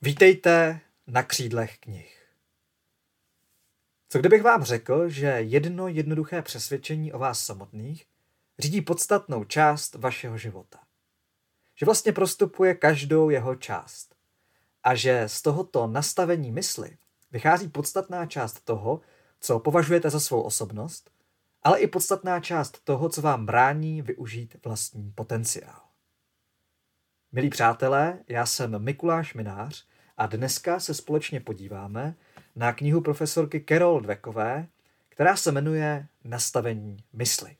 Vítejte na křídlech knih. Co kdybych vám řekl, že jedno jednoduché přesvědčení o vás samotných řídí podstatnou část vašeho života? Že vlastně prostupuje každou jeho část. A že z tohoto nastavení mysli vychází podstatná část toho, co považujete za svou osobnost, ale i podstatná část toho, co vám brání využít vlastní potenciál. Milí přátelé, já jsem Mikuláš Minář a dneska se společně podíváme na knihu profesorky Carol Dweckové, která se jmenuje Nastavení mysli.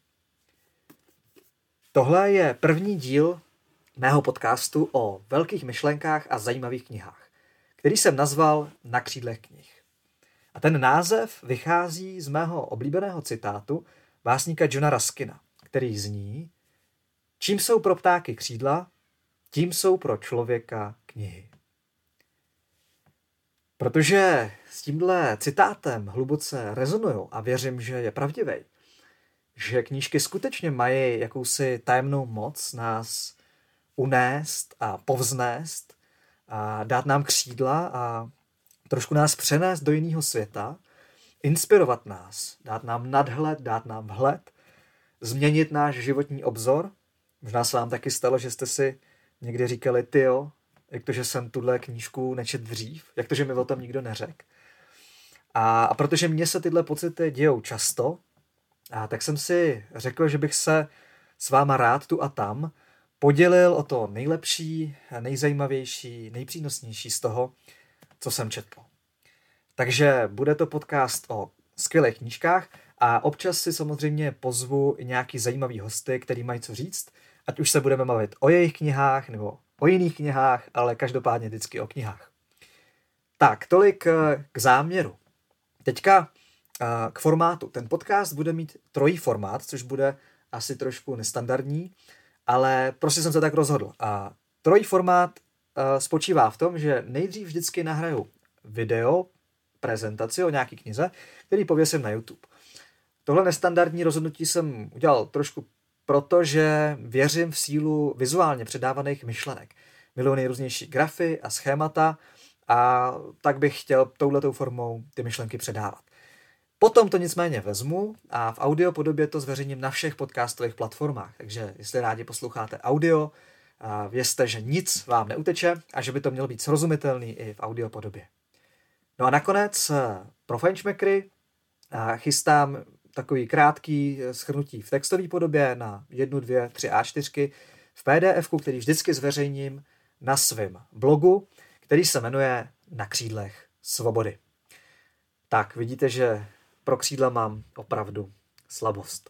Tohle je první díl mého podcastu o velkých myšlenkách a zajímavých knihách, který jsem nazval Na křídlech knih. A ten název vychází z mého oblíbeného citátu básníka Johna Ruskina, který zní: čím jsou pro ptáky křídla, tím jsou pro člověka knihy. Protože s tímhle citátem hluboce rezonuju a věřím, že je pravdivý, že knížky skutečně mají jakousi tajemnou moc nás unést a povznést a dát nám křídla a trošku nás přenést do jiného světa, inspirovat nás, dát nám nadhled, dát nám vhled, změnit náš životní obzor. Možná se vám taky stalo, že jste si někdy říkali: tyjo, jak to, že jsem tuhle knížku nečet dřív, jak to, že mi o tom nikdo neřekl. A protože mně se tyhle pocity dějou často, tak jsem si řekl, že bych se s váma rád tu a tam podělil o to nejlepší, nejzajímavější, nejpřínosnější z toho, co jsem četl. Takže bude to podcast o skvělých knížkách a občas si samozřejmě pozvu i nějaký zajímavý hosty, který mají co říct, ať už se budeme bavit o jejich knihách nebo o jiných knihách, ale každopádně vždycky o knihách. Tak, tolik k záměru. Teďka k formátu. Ten podcast bude mít trojí formát, což bude asi trošku nestandardní, ale prostě jsem se tak rozhodl. A trojí formát spočívá v tom, že nejdřív vždycky nahraju video, prezentaci o nějaký knize, který pověsím na YouTube. Tohle nestandardní rozhodnutí jsem udělal trošku proto, že věřím v sílu vizuálně předávaných myšlenek. Miluji nejrůznější grafy a schémata a tak bych chtěl touhletou formou ty myšlenky předávat. Potom to nicméně vezmu a v audio podobě to zveřejním na všech podcastových platformách. Takže jestli rádi posloucháte audio, vězte, že nic vám neuteče a že by to mělo být srozumitelný i v audio podobě. No a nakonec pro fajnšmekry chystám takový krátký shrnutí v textové podobě na 1, 2, 3 A4 v PDF-ku, který vždycky zveřejním na svém blogu, který se jmenuje Na křídlech svobody. Tak, vidíte, že pro křídla mám opravdu slabost.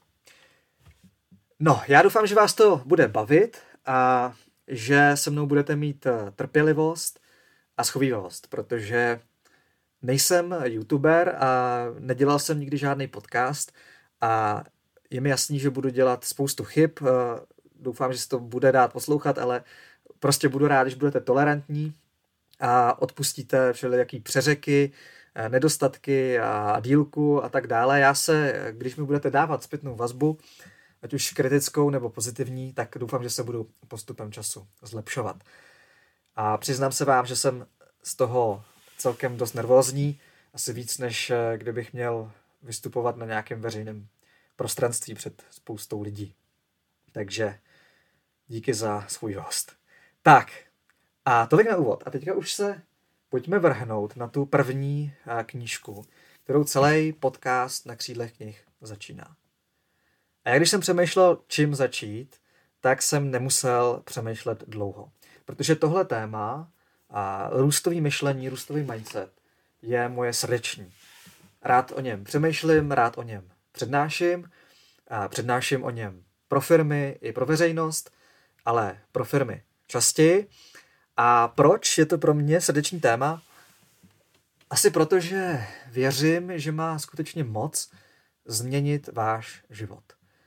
No, já doufám, že vás to bude bavit a že se mnou budete mít trpělivost a schovívavost, protože nejsem youtuber a nedělal jsem nikdy žádný podcast a je mi jasný, že budu dělat spoustu chyb. Doufám, že se to bude dát poslouchat, ale prostě budu rád, když budete tolerantní a odpustíte všelijaký přeřeky, nedostatky a dílku a tak dále. Já se, když mi budete dávat zpětnou vazbu, ať už kritickou nebo pozitivní, tak doufám, že se budu postupem času zlepšovat. A přiznám se vám, že jsem z toho celkem dost nervózní, asi víc, než kdybych měl vystupovat na nějakém veřejném prostranství před spoustou lidí. Takže díky za svůj host. Tak, a tolik na úvod. A teďka už se pojďme vrhnout na tu první knížku, kterou celý podcast Na křídlech knih začíná. A já když jsem přemýšlel, čím začít, tak jsem nemusel přemýšlet dlouho. Protože tohle téma a růstový myšlení, růstový mindset je moje srdeční. Rád o něm přemýšlím, rád o něm přednáším a přednáším o něm pro firmy i pro veřejnost, ale pro firmy častěji. A proč je to pro mě srdeční téma? Asi proto, že věřím, že má skutečně moc změnit váš život.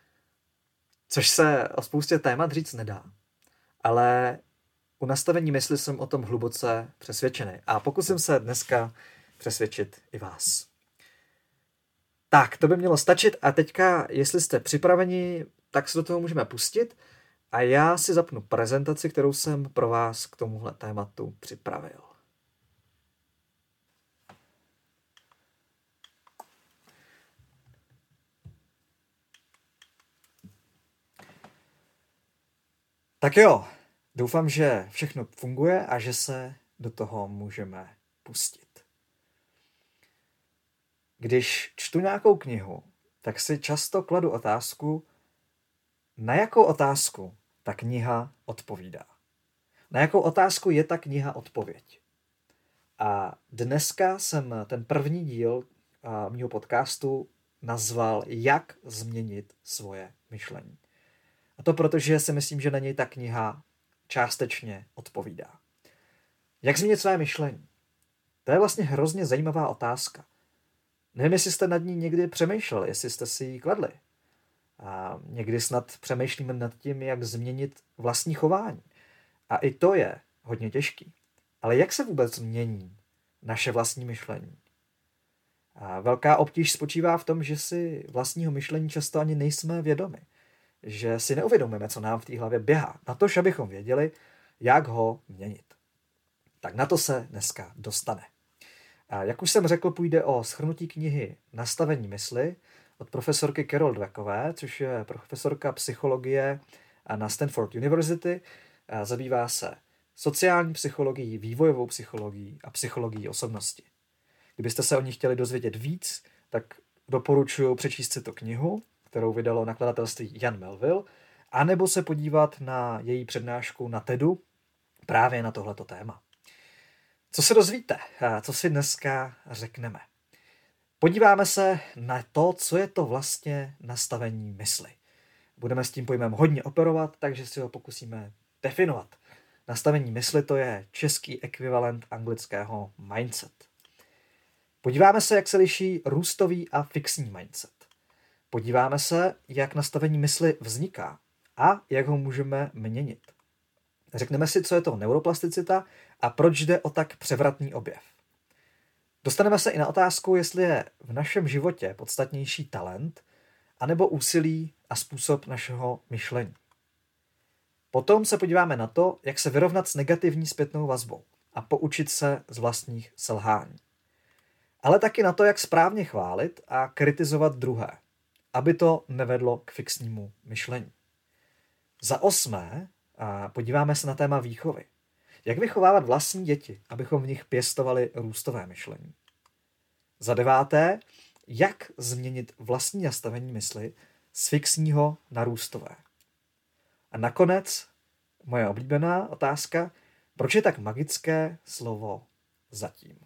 Což se o spoustě témat říct nedá. Ale u nastavení mysli jsem o tom hluboce přesvědčený a pokusím se dneska přesvědčit i vás. Tak, to by mělo stačit a teďka, jestli jste připraveni, tak se do toho můžeme pustit a já si zapnu prezentaci, kterou jsem pro vás k tomuhle tématu připravil. Tak jo, doufám, že všechno funguje a že se do toho můžeme pustit. Když čtu nějakou knihu, tak si často kladu otázku, na jakou otázku ta kniha odpovídá. Na jakou otázku je ta kniha odpověď. A dneska jsem ten první díl mýho podcastu nazval Jak změnit svoje myšlení. A to proto, že si myslím, že na něj ta kniha částečně odpovídá. Jak změnit své myšlení? To je vlastně hrozně zajímavá otázka. Nevím, jestli jste nad ní někdy přemýšleli, jestli jste si ji kladli. A někdy snad přemýšlíme nad tím, jak změnit vlastní chování. A i to je hodně těžký. Ale jak se vůbec mění naše vlastní myšlení? A velká obtíž spočívá v tom, že si vlastního myšlení často ani nejsme vědomi. Že si neuvědomíme, co nám v té hlavě běhá. Na to, abychom věděli, jak ho měnit. Tak na to se dneska dostane. A jak už jsem řekl, půjde o shrnutí knihy Nastavení mysli od profesorky Carol Dweckové, což je profesorka psychologie na Stanford University. A zabývá se sociální psychologií, vývojovou psychologií a psychologií osobnosti. Kdybyste se o ní chtěli dozvědět víc, tak doporučuji přečíst si tu knihu, kterou vydalo nakladatelství Jan Melville, anebo se podívat na její přednášku na TEDu právě na tohleto téma. Co se dozvíte? Co si dneska řekneme? Podíváme se na to, co je to vlastně nastavení mysli. Budeme s tím pojmem hodně operovat, takže si ho pokusíme definovat. Nastavení mysli to je český ekvivalent anglického mindset. Podíváme se, jak se liší růstový a fixní mindset. Podíváme se, jak nastavení mysli vzniká a jak ho můžeme měnit. Řekneme si, co je to neuroplasticita a proč jde o tak převratný objev. Dostaneme se i na otázku, jestli je v našem životě podstatnější talent anebo úsilí a způsob našeho myšlení. Potom se podíváme na to, jak se vyrovnat s negativní zpětnou vazbou a poučit se z vlastních selhání. Ale taky na to, jak správně chválit a kritizovat druhé, aby to nevedlo k fixnímu myšlení. Za 8. Podíváme se na téma výchovy. Jak vychovávat vlastní děti, abychom v nich pěstovali růstové myšlení. Za 9. Jak změnit vlastní nastavení mysli z fixního na růstové. A nakonec moje oblíbená otázka, proč je tak magické slovo zatím.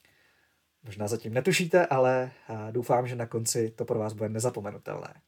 Možná zatím netušíte, ale doufám, že na konci to pro vás bude nezapomenutelné.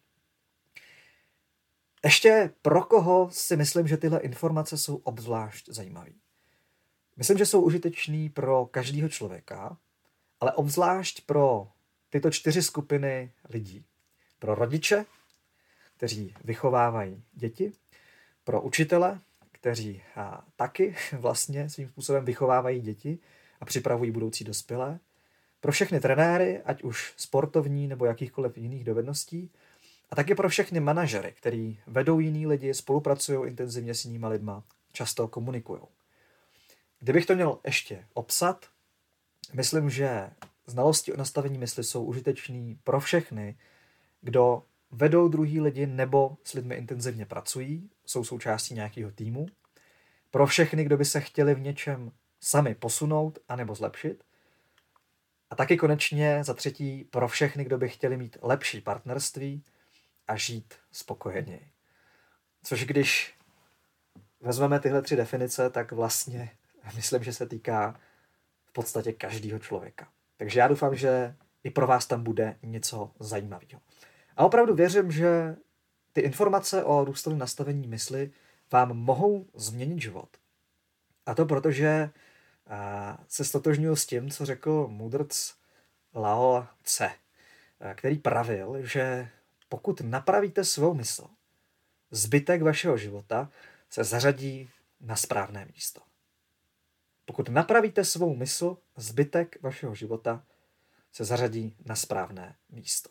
Ještě pro koho si myslím, že tyhle informace jsou obzvlášť zajímavé. Myslím, že jsou užitečný pro každého člověka, ale obzvlášť pro tyto 4 skupiny lidí. Pro rodiče, kteří vychovávají děti, pro učitele, kteří taky vlastně svým způsobem vychovávají děti a připravují budoucí dospělé, pro všechny trenéry, ať už sportovní nebo jakýchkoliv jiných dovedností, a taky pro všechny manažery, kteří vedou jiný lidi, spolupracují intenzivně s jinýma lidma, často komunikují. Kdybych to měl ještě obsat, myslím, že znalosti o nastavení mysli jsou užitečný pro všechny, kdo vedou druhý lidi nebo s lidmi intenzivně pracují, jsou součástí nějakého týmu, pro všechny, kdo by se chtěli v něčem sami posunout anebo zlepšit, a taky konečně za 3. pro všechny, kdo by chtěli mít lepší partnerství a žít spokojeněji. Což když vezmeme tyhle 3 definice, tak vlastně myslím, že se týká v podstatě každého člověka. Takže já doufám, že i pro vás tam bude něco zajímavého. A opravdu věřím, že ty informace o růstovém nastavení mysli vám mohou změnit život. A to proto, že se stotožňuji s tím, co řekl mudrc Lao Tse, který pravil, že pokud napravíte svou mysl, zbytek vašeho života se zařadí na správné místo. Pokud napravíte svou mysl, zbytek vašeho života se zařadí na správné místo.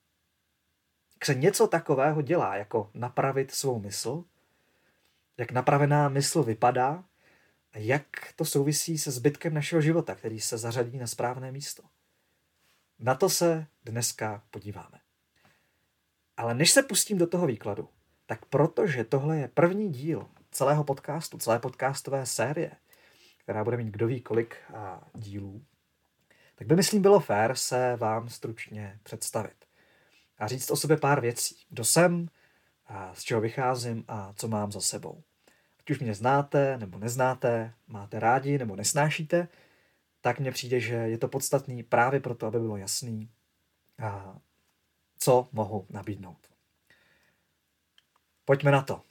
Jak se něco takového dělá, jako napravit svou mysl, jak napravená mysl vypadá, a jak to souvisí se zbytkem našeho života, který se zařadí na správné místo. Na to se dneska podíváme. Ale než se pustím do toho výkladu, tak protože tohle je první díl celého podcastu, celé podcastové série, která bude mít kdo ví kolik dílů, tak by, myslím, bylo fér se vám stručně představit a říct o sobě pár věcí. Kdo jsem, a z čeho vycházím a co mám za sebou. Ať už mě znáte nebo neznáte, máte rádi nebo nesnášíte, tak mně přijde, že je to podstatný právě proto, aby bylo jasný, co mohu nabídnout. Pojďme na to.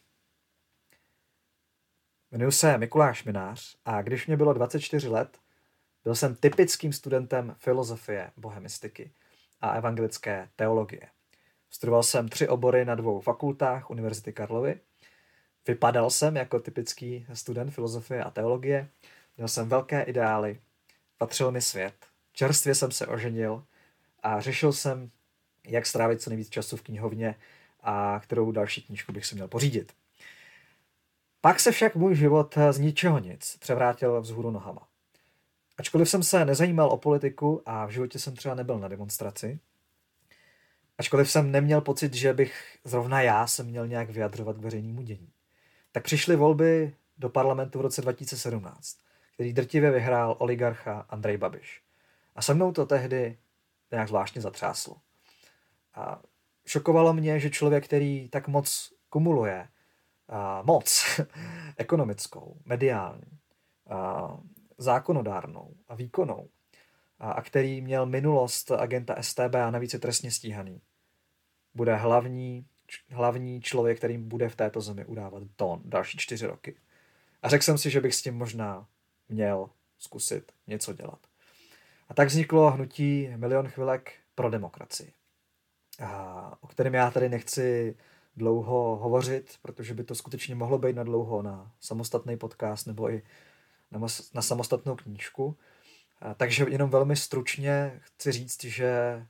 Jmenuji se Mikuláš Minář a když mě bylo 24 let, byl jsem typickým studentem filozofie, bohemistiky a evangelické teologie. Studoval jsem 3 obory na 2 fakultách Univerzity Karlovy. Vypadal jsem jako typický student filozofie a teologie. Měl jsem velké ideály, patřil mi svět. Čerstvě jsem se oženil a řešil jsem, jak strávit co nejvíc času v knihovně a kterou další knížku bych si měl pořídit. Pak se však můj život z ničeho nic převrátil vzhůru nohama. Ačkoliv jsem se nezajímal o politiku a v životě jsem třeba nebyl na demonstraci, ačkoliv jsem neměl pocit, že bych zrovna já se měl nějak vyjadřovat k veřejnému dění, tak přišly volby do parlamentu v roce 2017, který drtivě vyhrál oligarcha Andrej Babiš. A se mnou to tehdy nějak zvláštně zatřáslo. A šokovalo mě, že člověk, který tak moc kumuluje moc ekonomickou, mediální, zákonodárnou a výkonnou, a který měl minulost agenta StB a navíc je trestně stíhaný, bude hlavní člověk, který bude v této zemi udávat tón další 4 roky. A řekl jsem si, že bych s tím možná měl zkusit něco dělat. A tak vzniklo hnutí Milion chvilek pro demokracii, o kterém já tady nechci dlouho hovořit, protože by to skutečně mohlo být na dlouho na samostatný podcast nebo i na samostatnou knížku. Takže jenom velmi stručně chci říct, že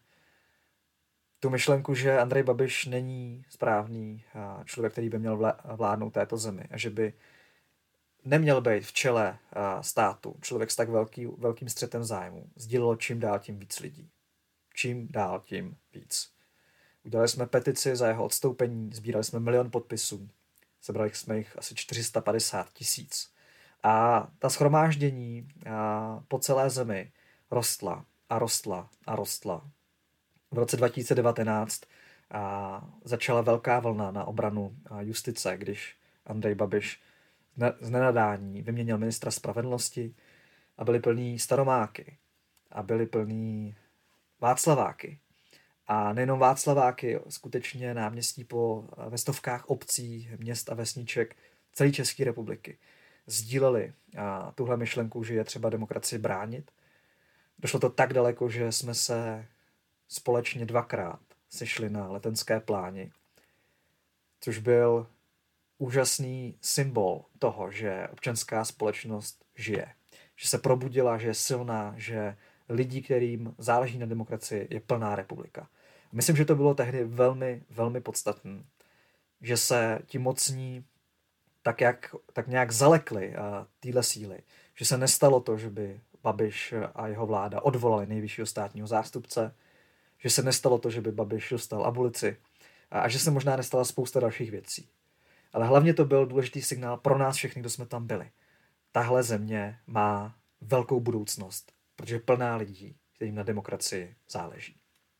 tu myšlenku, že Andrej Babiš není správný člověk, který by měl vládnout této zemi a že by neměl být v čele státu člověk s tak velkým střetem zájmu, sdílelo čím dál tím víc lidí. Čím dál tím víc. Udělali jsme petici za jeho odstoupení, sbírali jsme 1 milion podpisů, sebrali jsme jich asi 450 000. A ta shromáždění po celé zemi rostla a rostla a rostla. V roce 2019 začala velká vlna na obranu justice, když Andrej Babiš z nenadání vyměnil ministra spravedlnosti a byli plní Staromáky a byli plní Václaváky. A nejenom Václaváky, skutečně náměstí ve stovkách obcí, měst a vesniček celé České republiky sdíleli tuhle myšlenku, že je třeba demokracii bránit. Došlo to tak daleko, že jsme se společně 2krát sešli na Letenské pláni, což byl úžasný symbol toho, že občanská společnost žije, že se probudila, že je silná, že lidí, kterým záleží na demokracii, je plná republika. Myslím, že to bylo tehdy velmi, velmi podstatné, že se ti mocní tak nějak zalekli téhle síly, že se nestalo to, že by Babiš a jeho vláda odvolali nejvyššího státního zástupce, že se nestalo to, že by Babiš dostal abolici a že se možná nestala spousta dalších věcí. Ale hlavně to byl důležitý signál pro nás všechny, kdo jsme tam byli. Tahle země má velkou budoucnost, protože je plná lidí, kterým na demokracii záleží.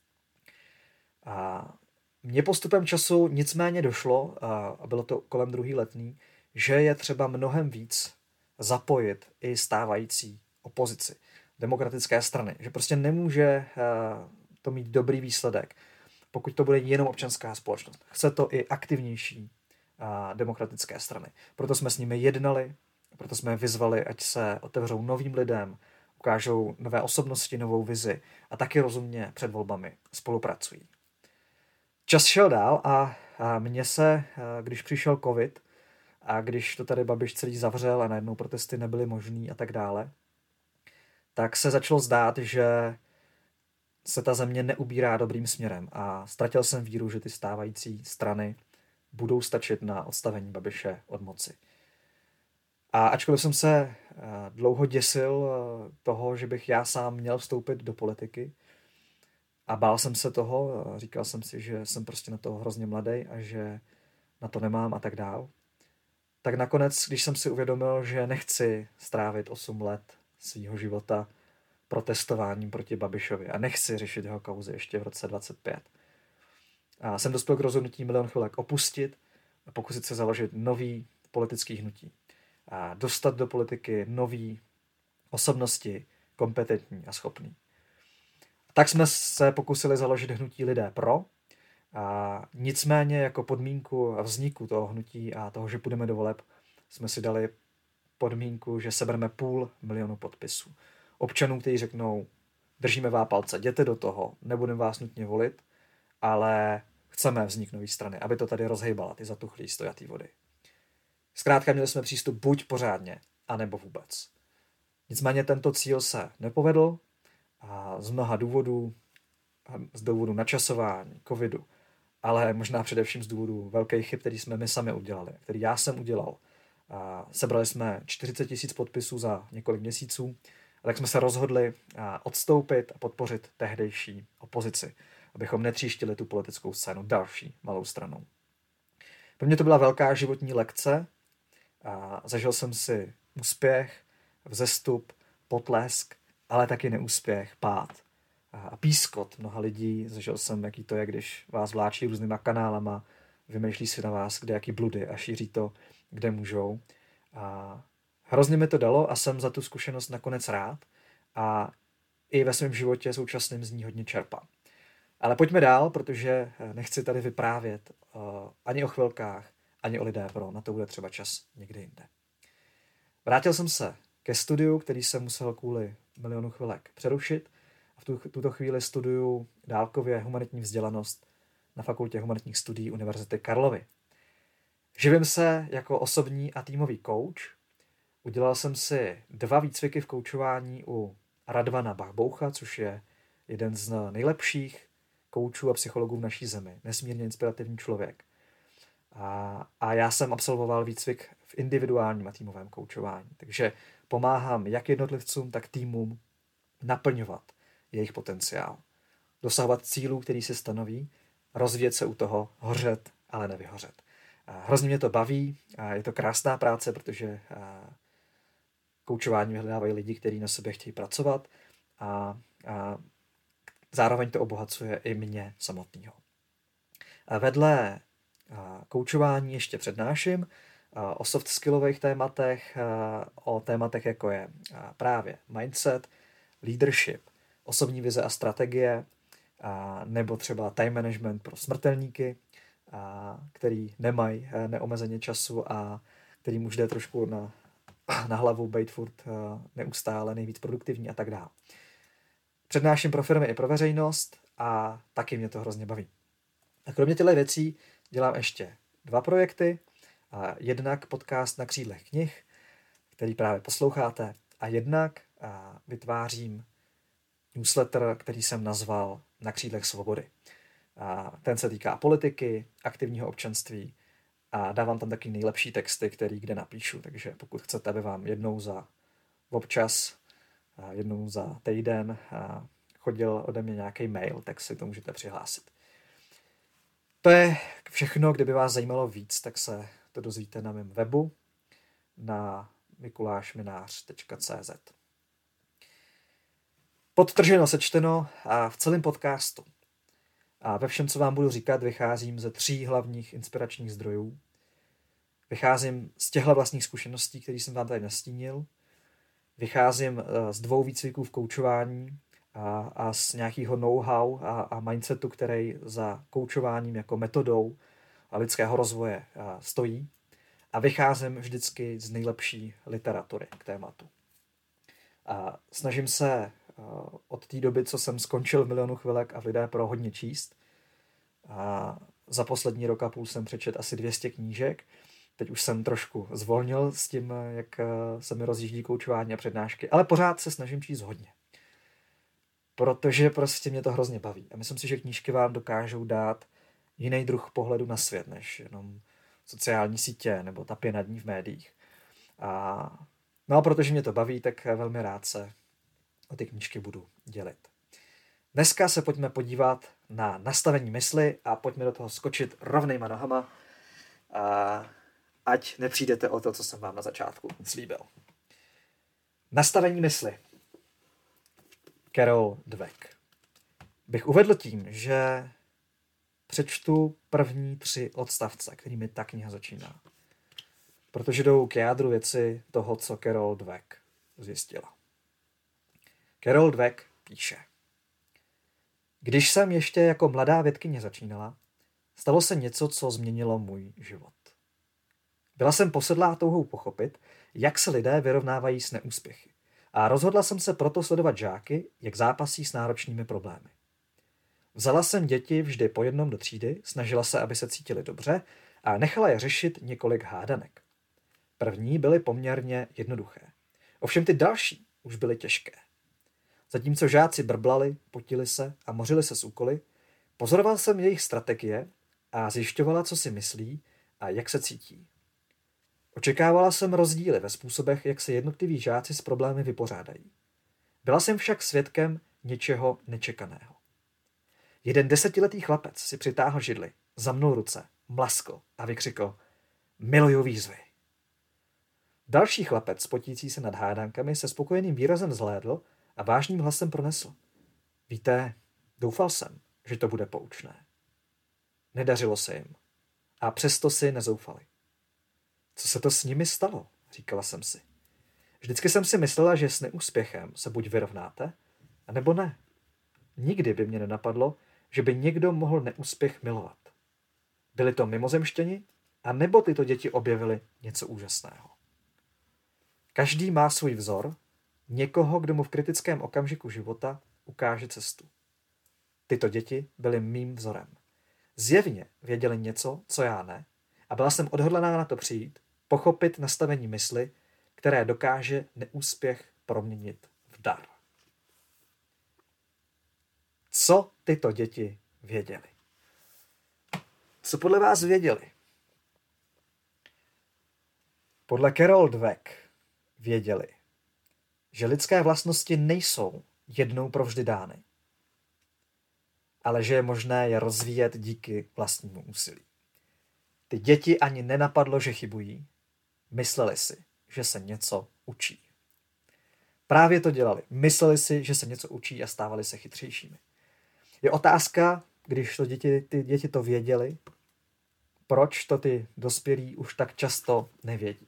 A mně postupem času nicméně došlo, a bylo to kolem 2. letní, že je třeba mnohem víc zapojit i stávající opozici, demokratické strany. Že prostě nemůže to mít dobrý výsledek, pokud to bude jenom občanská společnost. Chce to i aktivnější demokratické strany. Proto jsme s nimi jednali, proto jsme je vyzvali, ať se otevřou novým lidem, ukážou nové osobnosti, novou vizi a taky rozumně před volbami spolupracují. Čas šel dál a mně se, když přišel covid a když to tady Babiš celý zavřel a najednou protesty nebyly možný a tak dále, tak se začalo zdát, že se ta země neubírá dobrým směrem a ztratil jsem víru, že ty stávající strany budou stačit na odstavení Babiše od moci. A ačkoliv jsem se dlouho děsil toho, že bych já sám měl vstoupit do politiky a bál jsem se toho, říkal jsem si, že jsem prostě na to hrozně mladý a že na to nemám a tak dál, tak nakonec, když jsem si uvědomil, že nechci strávit 8 let svýho života protestováním proti Babišovi a nechci řešit jeho kauzy ještě v roce 25. A jsem dospěl k rozhodnutí Milion chvilek opustit a pokusit se založit nový politický hnutí. A dostat do politiky nový osobnosti, kompetentní a schopný. Tak jsme se pokusili založit hnutí Lidé pro. A nicméně jako podmínku a vzniku toho hnutí a toho, že půjdeme do voleb, jsme si dali podmínku, že sebereme 500 000 podpisů. Občanů, kteří řeknou, držíme vás palce, jděte do toho, nebudeme vás nutně volit, ale chceme vznik nový strany, aby to tady rozhejbala ty zatuchlý stojatý vody. Zkrátka měli jsme přístup buď pořádně, anebo vůbec. Nicméně tento cíl se nepovedl a z mnoha důvodů, z důvodu načasování, covidu, ale možná především z důvodu velkých chyb, který jsme my sami udělali, který já jsem udělal. A sebrali jsme 40 000 podpisů za několik měsíců, a tak jsme se rozhodli odstoupit a podpořit tehdejší opozici, abychom netříštili tu politickou scénu další malou stranou. Pro mě to byla velká životní lekce a zažil jsem si úspěch, vzestup, potlesk, ale taky neúspěch, pád a pískot mnoha lidí. Zažil jsem, jaký to je, když vás vláčí různýma kanálama, vymýšlí si na vás kdejaký bludy a šíří to, kde můžou. A hrozně mi to dalo a jsem za tu zkušenost nakonec rád a i ve svém životě současným z ní hodně čerpám. Ale pojďme dál, protože nechci tady vyprávět ani o chvilkách, ani o Lidé pro. Na to bude třeba čas někdy jinde. Vrátil jsem se ke studiu, který jsem musel kvůli Milionu chvilek přerušit. A v tuto chvíli studuju dálkově humanitní vzdělanost na Fakultě humanitních studií Univerzity Karlovy. Živím se jako osobní a týmový coach. Udělal jsem si 2 výcviky v koučování u Radvana Bachboucha, což je jeden z nejlepších koučů a psychologů v naší zemi. Nesmírně inspirativní člověk. A já jsem absolvoval výcvik v individuálním a týmovém koučování. Takže pomáhám jak jednotlivcům, tak týmům naplňovat jejich potenciál. Dosahovat cílů, který si stanoví, rozvíjet se u toho, hořet, ale nevyhořet. Hrozně mě to baví, je to krásná práce, protože koučování vyhledávají lidi, kteří na sobě chtějí pracovat a zároveň to obohacuje i mě samotného. Vedle koučování ještě přednáším o soft skillových tématech, o tématech jako je právě mindset, leadership, osobní vize a strategie, nebo třeba time management pro smrtelníky, který nemají neomezeně času a který už jde trošku na hlavu, být furt neustále nejvíc produktivní a tak dále. Přednáším pro firmy i pro veřejnost a taky mě to hrozně baví. A kromě těchto věcí dělám ještě 2 projekty. Jednak podcast Na křídlech knih, který právě posloucháte, a jednak vytvářím newsletter, který jsem nazval Na křídlech svobody. Ten se týká politiky, aktivního občanství a dávám tam taky nejlepší texty, který kde napíšu. Takže pokud chcete, aby vám jednou za občas, jednou za týden chodil ode mě nějaký mail, tak si to můžete přihlásit. To je všechno. Kdyby vás zajímalo víc, tak se to dozvíte na mém webu na mikulášminář.cz. Podtrženo, sečteno a v celém podcastu a ve všem, co vám budu říkat, vycházím ze 3 hlavních inspiračních zdrojů. Vycházím z těchto vlastních zkušeností, které jsem vám tady nastínil. Vycházím z 2 výcviků v koučování a z nějakého know-how a mindsetu, který za koučováním jako metodou a lidského rozvoje stojí. A vycházím vždycky z nejlepší literatury k tématu. A snažím se od té doby, co jsem skončil v Milionu chvilek a v Lidé pro, hodně číst. A za poslední rok a půl jsem přečet asi 200 knížek. Teď už jsem trošku zvolnil s tím, jak se mi rozjíždí koučování a přednášky, ale pořád se snažím číst hodně. Protože prostě mě to hrozně baví. A myslím si, že knížky vám dokážou dát jiný druh pohledu na svět, než jenom sociální sítě nebo ta pěna dní v médiích. No a protože mě to baví, tak velmi rád se o ty knížky budu dělit. Dneska se pojďme podívat na nastavení mysli a pojďme do toho skočit rovnejma nohama. ať nepřijdete o to, co jsem vám na začátku slíbil. Nastavení mysli. Carol Dweck. Bych uvedl tím, že přečtu první 3 odstavce, kterými ta kniha začíná. Protože jdou k jádru věci toho, co Carol Dweck zjistila. Carol Dweck píše. Když jsem ještě jako mladá vědkyně začínala, stalo se něco, co změnilo můj život. Byla jsem posedlá touhou pochopit, jak se lidé vyrovnávají s neúspěchy. A rozhodla jsem se proto sledovat žáky, jak zápasí s náročnými problémy. Vzala jsem děti vždy po jednom do třídy, snažila se, aby se cítili dobře a nechala je řešit několik hádanek. První byly poměrně jednoduché. Ovšem ty další už byly těžké. Zatímco žáci brblali, potili se a mořili se s úkoly, pozoroval jsem jejich strategie a zjišťovala, co si myslí a jak se cítí. Očekávala jsem rozdíly ve způsobech, jak se jednotliví žáci s problémy vypořádají. Byla jsem však svědkem něčeho nečekaného. Jeden 10letý chlapec si přitáhl židli, zamnul ruce, mlaskl a vykřikl: Miluju výzvy. Další chlapec, potící se nad hádankami, se spokojeným výrazem zhlédl a vážným hlasem pronesl: Víte, doufal jsem, že to bude poučné. Nedařilo se jim. A přesto si nezoufali. Co se to s nimi stalo? Říkala jsem si. Vždycky jsem si myslela, že s neúspěchem se buď vyrovnáte, anebo ne. Nikdy by mě nenapadlo, že by někdo mohl neúspěch milovat. Byli to mimozemštěni, a nebo tyto děti objevily něco úžasného. Každý má svůj vzor, někoho, kdo mu v kritickém okamžiku života ukáže cestu. Tyto děti byly mým vzorem. Zjevně věděli něco, co já ne, a byla jsem odhodlaná na to přijít, pochopit nastavení mysli, které dokáže neúspěch proměnit v dar. Co tyto děti věděly? Co podle vás věděli? Podle Carol Dweck věděli, že lidské vlastnosti nejsou jednou provždy dány, ale že je možné je rozvíjet díky vlastnímu úsilí. Ty děti ani nenapadlo, že chybují, mysleli si, že se něco učí. Právě to dělali. Mysleli si, že se něco učí a stávali se chytřejšími. Je otázka, když ty děti to věděli, proč to ty dospělí už tak často nevědí.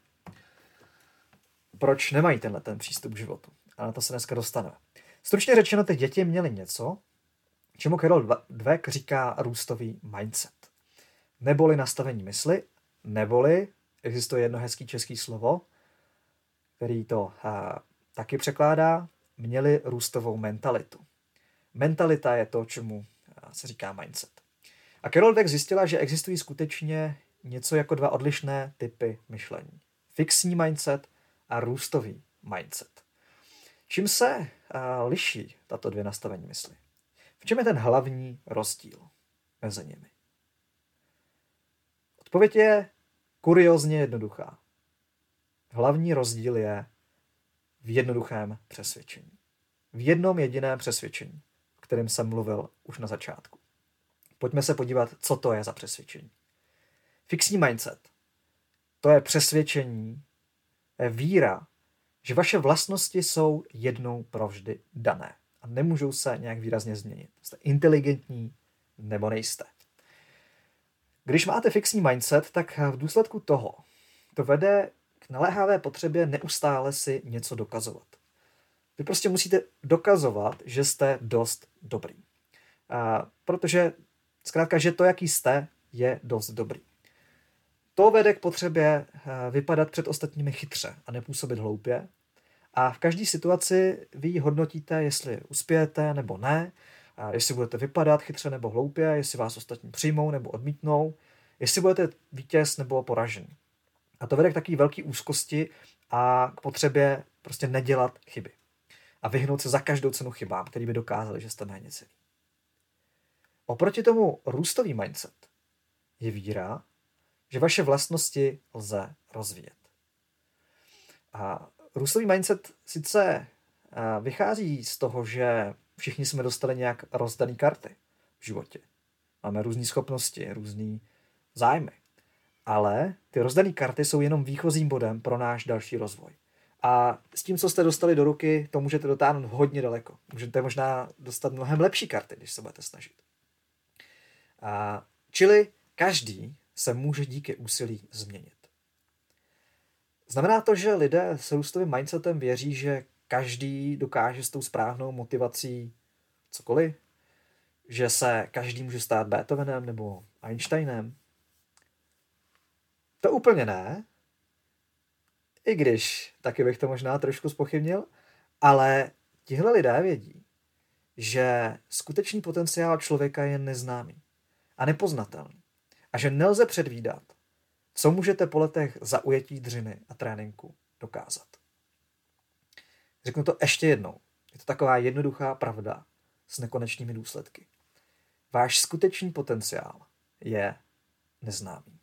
Proč nemají ten přístup k životu. A na to se dneska dostaneme. Stručně řečeno, ty děti měly něco, čemu Carol Dweck říká růstový mindset. Neboli nastavení mysli, neboli, existuje jedno hezký český slovo, který to taky překládá, měli růstovou mentalitu. Mentalita je to, čemu se říká mindset. A Carol Dweck zjistila, že existují skutečně něco jako 2 odlišné typy myšlení. Fixní mindset a růstový mindset. Čím se liší tato 2 nastavení mysli? V čem je ten hlavní rozdíl mezi nimi? Odpověď je kuriózně jednoduchá. Hlavní rozdíl je v jednoduchém přesvědčení. V jednom jediném přesvědčení, o kterém jsem mluvil už na začátku. Pojďme se podívat, co to je za přesvědčení. Fixní mindset. To je přesvědčení, je víra, že vaše vlastnosti jsou jednou provždy dané a nemůžou se nějak výrazně změnit. Jste inteligentní nebo nejste. Když máte fixní mindset, tak v důsledku toho to vede k naléhavé potřebě neustále si něco dokazovat. Vy prostě musíte dokazovat, že jste dost dobrý. Protože zkrátka, že to, jaký jste, je dost dobrý. To vede k potřebě vypadat před ostatními chytře a nepůsobit hloupě. A v každé situaci vy hodnotíte, jestli uspějete nebo ne, a jestli budete vypadat chytře nebo hloupě, jestli vás ostatní přijmou nebo odmítnou, jestli budete vítěz nebo poražený. A to vede k takové velké úzkosti a k potřebě prostě nedělat chyby. A vyhnout se za každou cenu chybám, který by dokázali, že jste méněcenní. Oproti tomu růstový mindset je víra, že vaše vlastnosti lze rozvíjet. A růstový mindset sice vychází z toho, že všichni jsme dostali nějak rozdané karty v životě. Máme různé schopnosti, různé zájmy. Ale ty rozdané karty jsou jenom výchozím bodem pro náš další rozvoj. A s tím, co jste dostali do ruky, to můžete dotáhnout hodně daleko. Můžete možná dostat mnohem lepší karty, když se budete snažit. Čili každý se může díky úsilí změnit. Znamená to, že lidé s růstovým mindsetem věří, že každý dokáže s tou správnou motivací cokoliv? Že se každý může stát Beethovenem nebo Einsteinem? To úplně ne. I když taky bych to možná trošku zpochybnil, ale tihle lidé vědí, že skutečný potenciál člověka je neznámý a nepoznatelný a že nelze předvídat, co můžete po letech zaujetí dřiny a tréninku dokázat. Řeknu to ještě jednou. Je to taková jednoduchá pravda s nekonečnými důsledky. Váš skutečný potenciál je neznámý.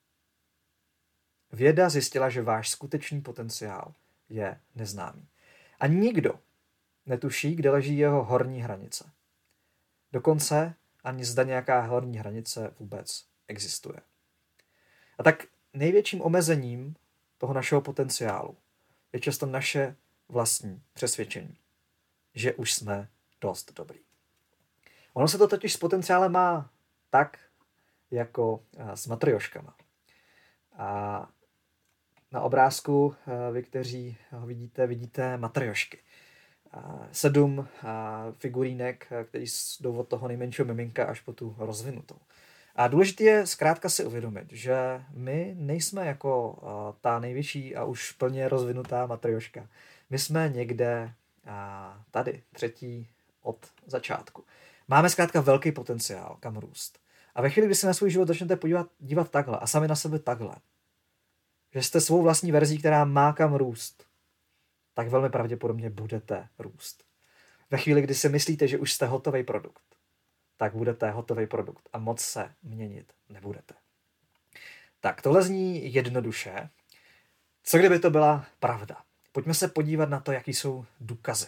Věda zjistila, že váš skutečný potenciál je neznámý. A nikdo netuší, kde leží jeho horní hranice. Dokonce ani zda nějaká horní hranice vůbec existuje. A tak největším omezením toho našeho potenciálu je často naše vlastní přesvědčení, že už jsme dost dobrý. Ono se to totiž s potenciálem má tak, jako s matrioškama. A na obrázku, vy, kteří ho vidíte matriošky. 7 figurínek, které jdou od toho nejmenšího miminka až po tu rozvinutou. A důležité je zkrátka si uvědomit, že my nejsme jako ta největší a už plně rozvinutá matrioška. My jsme někde tady, třetí od začátku. Máme zkrátka velký potenciál, kam růst. A ve chvíli, kdy se na svůj život začnete dívat takhle a sami na sebe takhle, že jste svou vlastní verzí, která má kam růst, tak velmi pravděpodobně budete růst. Ve chvíli, kdy si myslíte, že už jste hotový produkt, tak budete hotový produkt a moc se měnit nebudete. Tak tohle zní jednoduše. Co kdyby to byla pravda? Pojďme se podívat na to, jaký jsou důkazy.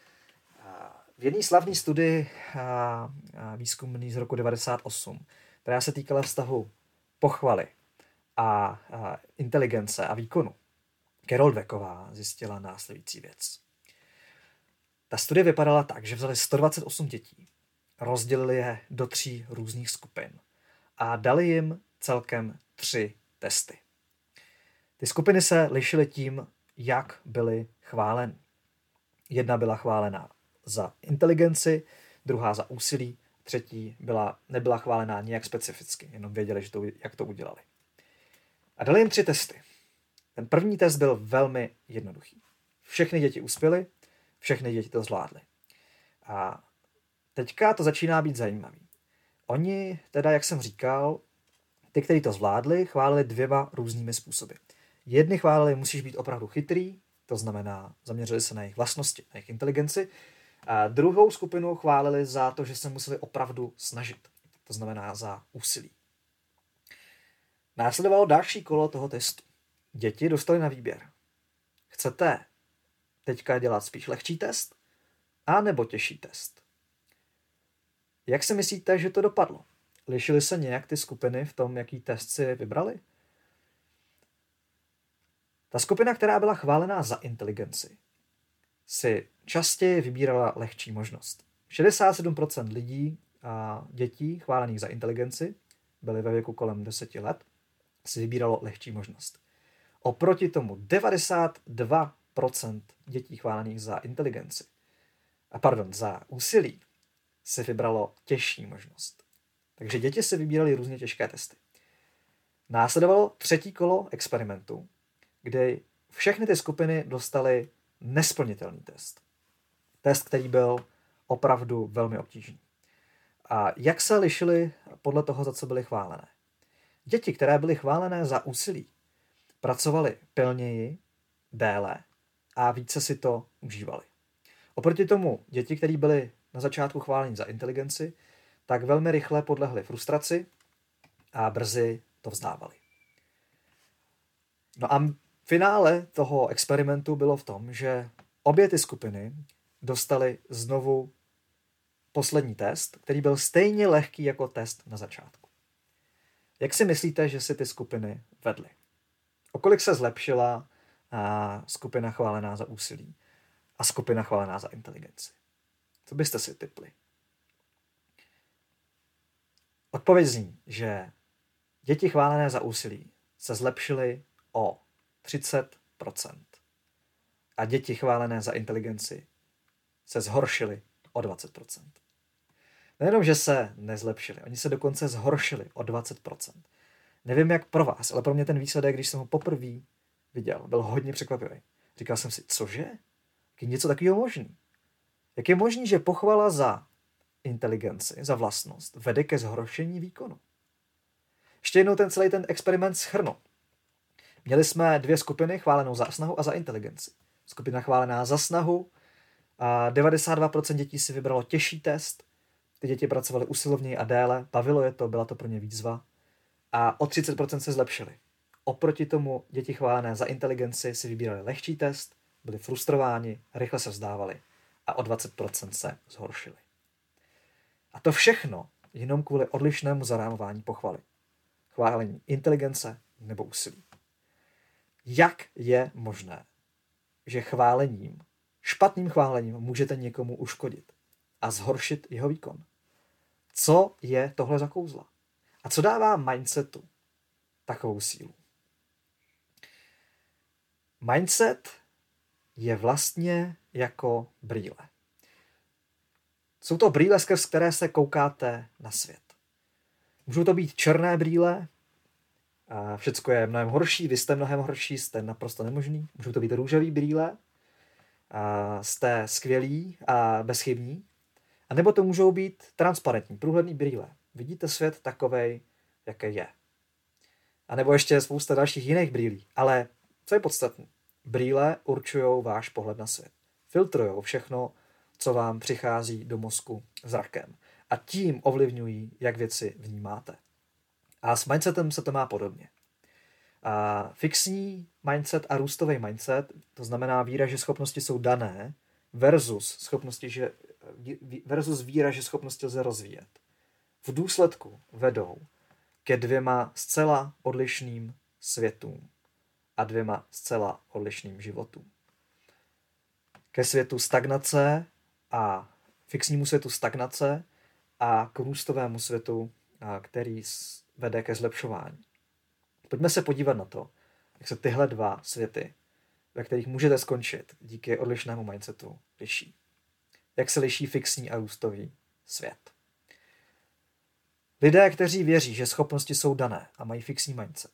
V jedné slavné studii výzkumný z roku 1998, která se týkala vztahu pochvaly a inteligence a výkonu, Carol Dwecková zjistila následující věc. Ta studie vypadala tak, že vzali 128 dětí, rozdělili je do 3 různých skupin a dali jim celkem 3 testy. Ty skupiny se lišily tím, jak byly chváleny. Jedna byla chválená za inteligenci, druhá za úsilí, třetí nebyla chválená nijak specificky, jenom věděli, jak to udělali. A dali jim 3 testy. Ten první test byl velmi jednoduchý. Všechny děti uspěly, všechny děti to zvládly. A teďka to začíná být zajímavý. Oni, teda, jak jsem říkal, ty, kteří to zvládli, chválili 2 různými způsoby. Jedni chválili, musíš být opravdu chytrý, to znamená, zaměřili se na jejich vlastnosti, na jejich inteligenci. A druhou skupinu chválili za to, že se museli opravdu snažit, to znamená za úsilí. Následovalo další kolo toho testu. Děti dostali na výběr. Chcete teďka dělat spíš lehčí test, a nebo těžší test? Jak si myslíte, že to dopadlo? Lišily se nějak ty skupiny v tom, jaký test si vybrali? Ta skupina, která byla chválená za inteligenci, si častěji vybírala lehčí možnost. 67% lidí a dětí chválených za inteligenci, byly ve věku kolem 10 let, si vybíralo lehčí možnost. Oproti tomu 92% dětí chválených za inteligenci, za úsilí, si vybralo těžší možnost. Takže děti si vybírali různě těžké testy. Následovalo 3. kolo experimentu, kde všechny ty skupiny dostaly nesplnitelný test. Test, který byl opravdu velmi obtížný. A jak se lišily podle toho, za co byly chválené? Děti, které byly chválené za úsilí, pracovaly pilněji, déle a více si to užívali. Oproti tomu děti, které byly na začátku chválení za inteligenci, tak velmi rychle podlehly frustraci a brzy to vzdávali. No a finále toho experimentu bylo v tom, že obě ty skupiny dostaly znovu poslední test, který byl stejně lehký jako test na začátku. Jak si myslíte, že si ty skupiny vedly? O kolik se zlepšila skupina chválená za úsilí a skupina chválená za inteligenci? Co byste si tipli? Odpověď zní, že děti chválené za úsilí se zlepšily o 30% a děti chválené za inteligenci se zhoršily o 20%. Nejenom, že se nezlepšily, oni se dokonce zhoršili o 20%. Nevím, jak pro vás, ale pro mě ten výsledek, když jsem ho poprvé viděl, byl hodně překvapivý. Říkal jsem si, cože? Jak je něco takového možný? Jak je možný, že pochvala za inteligenci, za vlastnost, vede ke zhoršení výkonu? Ještě jednou celý ten experiment shrnu. Měli jsme 2 skupiny, chválenou za snahu a za inteligenci. Skupina chválená za snahu, a 92% dětí si vybralo těžší test, ty děti pracovaly usilovněji a déle, bavilo je to, byla to pro ně výzva a o 30% se zlepšili. Oproti tomu děti chválené za inteligenci si vybírali lehčí test, byli frustrováni, rychle se vzdávali a o 20% se zhoršili. A to všechno jenom kvůli odlišnému zarámování pochvaly. Chválení inteligence nebo úsilí. Jak je možné, že špatným chválením můžete někomu uškodit a zhoršit jeho výkon? Co je tohle za kouzla? A co dává mindsetu takovou sílu? Mindset je vlastně jako brýle. Jsou to brýle, skrz které se koukáte na svět. Můžou to být černé brýle, a všecko je mnohem horší, vy jste mnohem horší, jste naprosto nemožný. Můžou to být růžový brýle, a jste skvělí a bezchybní. A nebo to můžou být transparentní, průhledný brýle. Vidíte svět takovej, jaký je. A nebo ještě spousta dalších jiných brýlí. Ale co je podstatné? Brýle určují váš pohled na svět. Filtrujou všechno, co vám přichází do mozku zrakem. A tím ovlivňují, jak věci vnímáte. A s mindsetem se to má podobně. A fixní mindset a růstový mindset, to znamená víra, že schopnosti jsou dané, versus víra, že schopnosti lze rozvíjet. V důsledku vedou ke 2 zcela odlišným světům a 2 zcela odlišným životům. Ke světu stagnace a fixnímu světu stagnace a k růstovému světu, který vede ke zlepšování. Pojďme se podívat na to, jak se tyhle 2 světy, ve kterých můžete skončit díky odlišnému mindsetu, liší. Jak se liší fixní a růstový svět. Lidé, kteří věří, že schopnosti jsou dané a mají fixní mindset,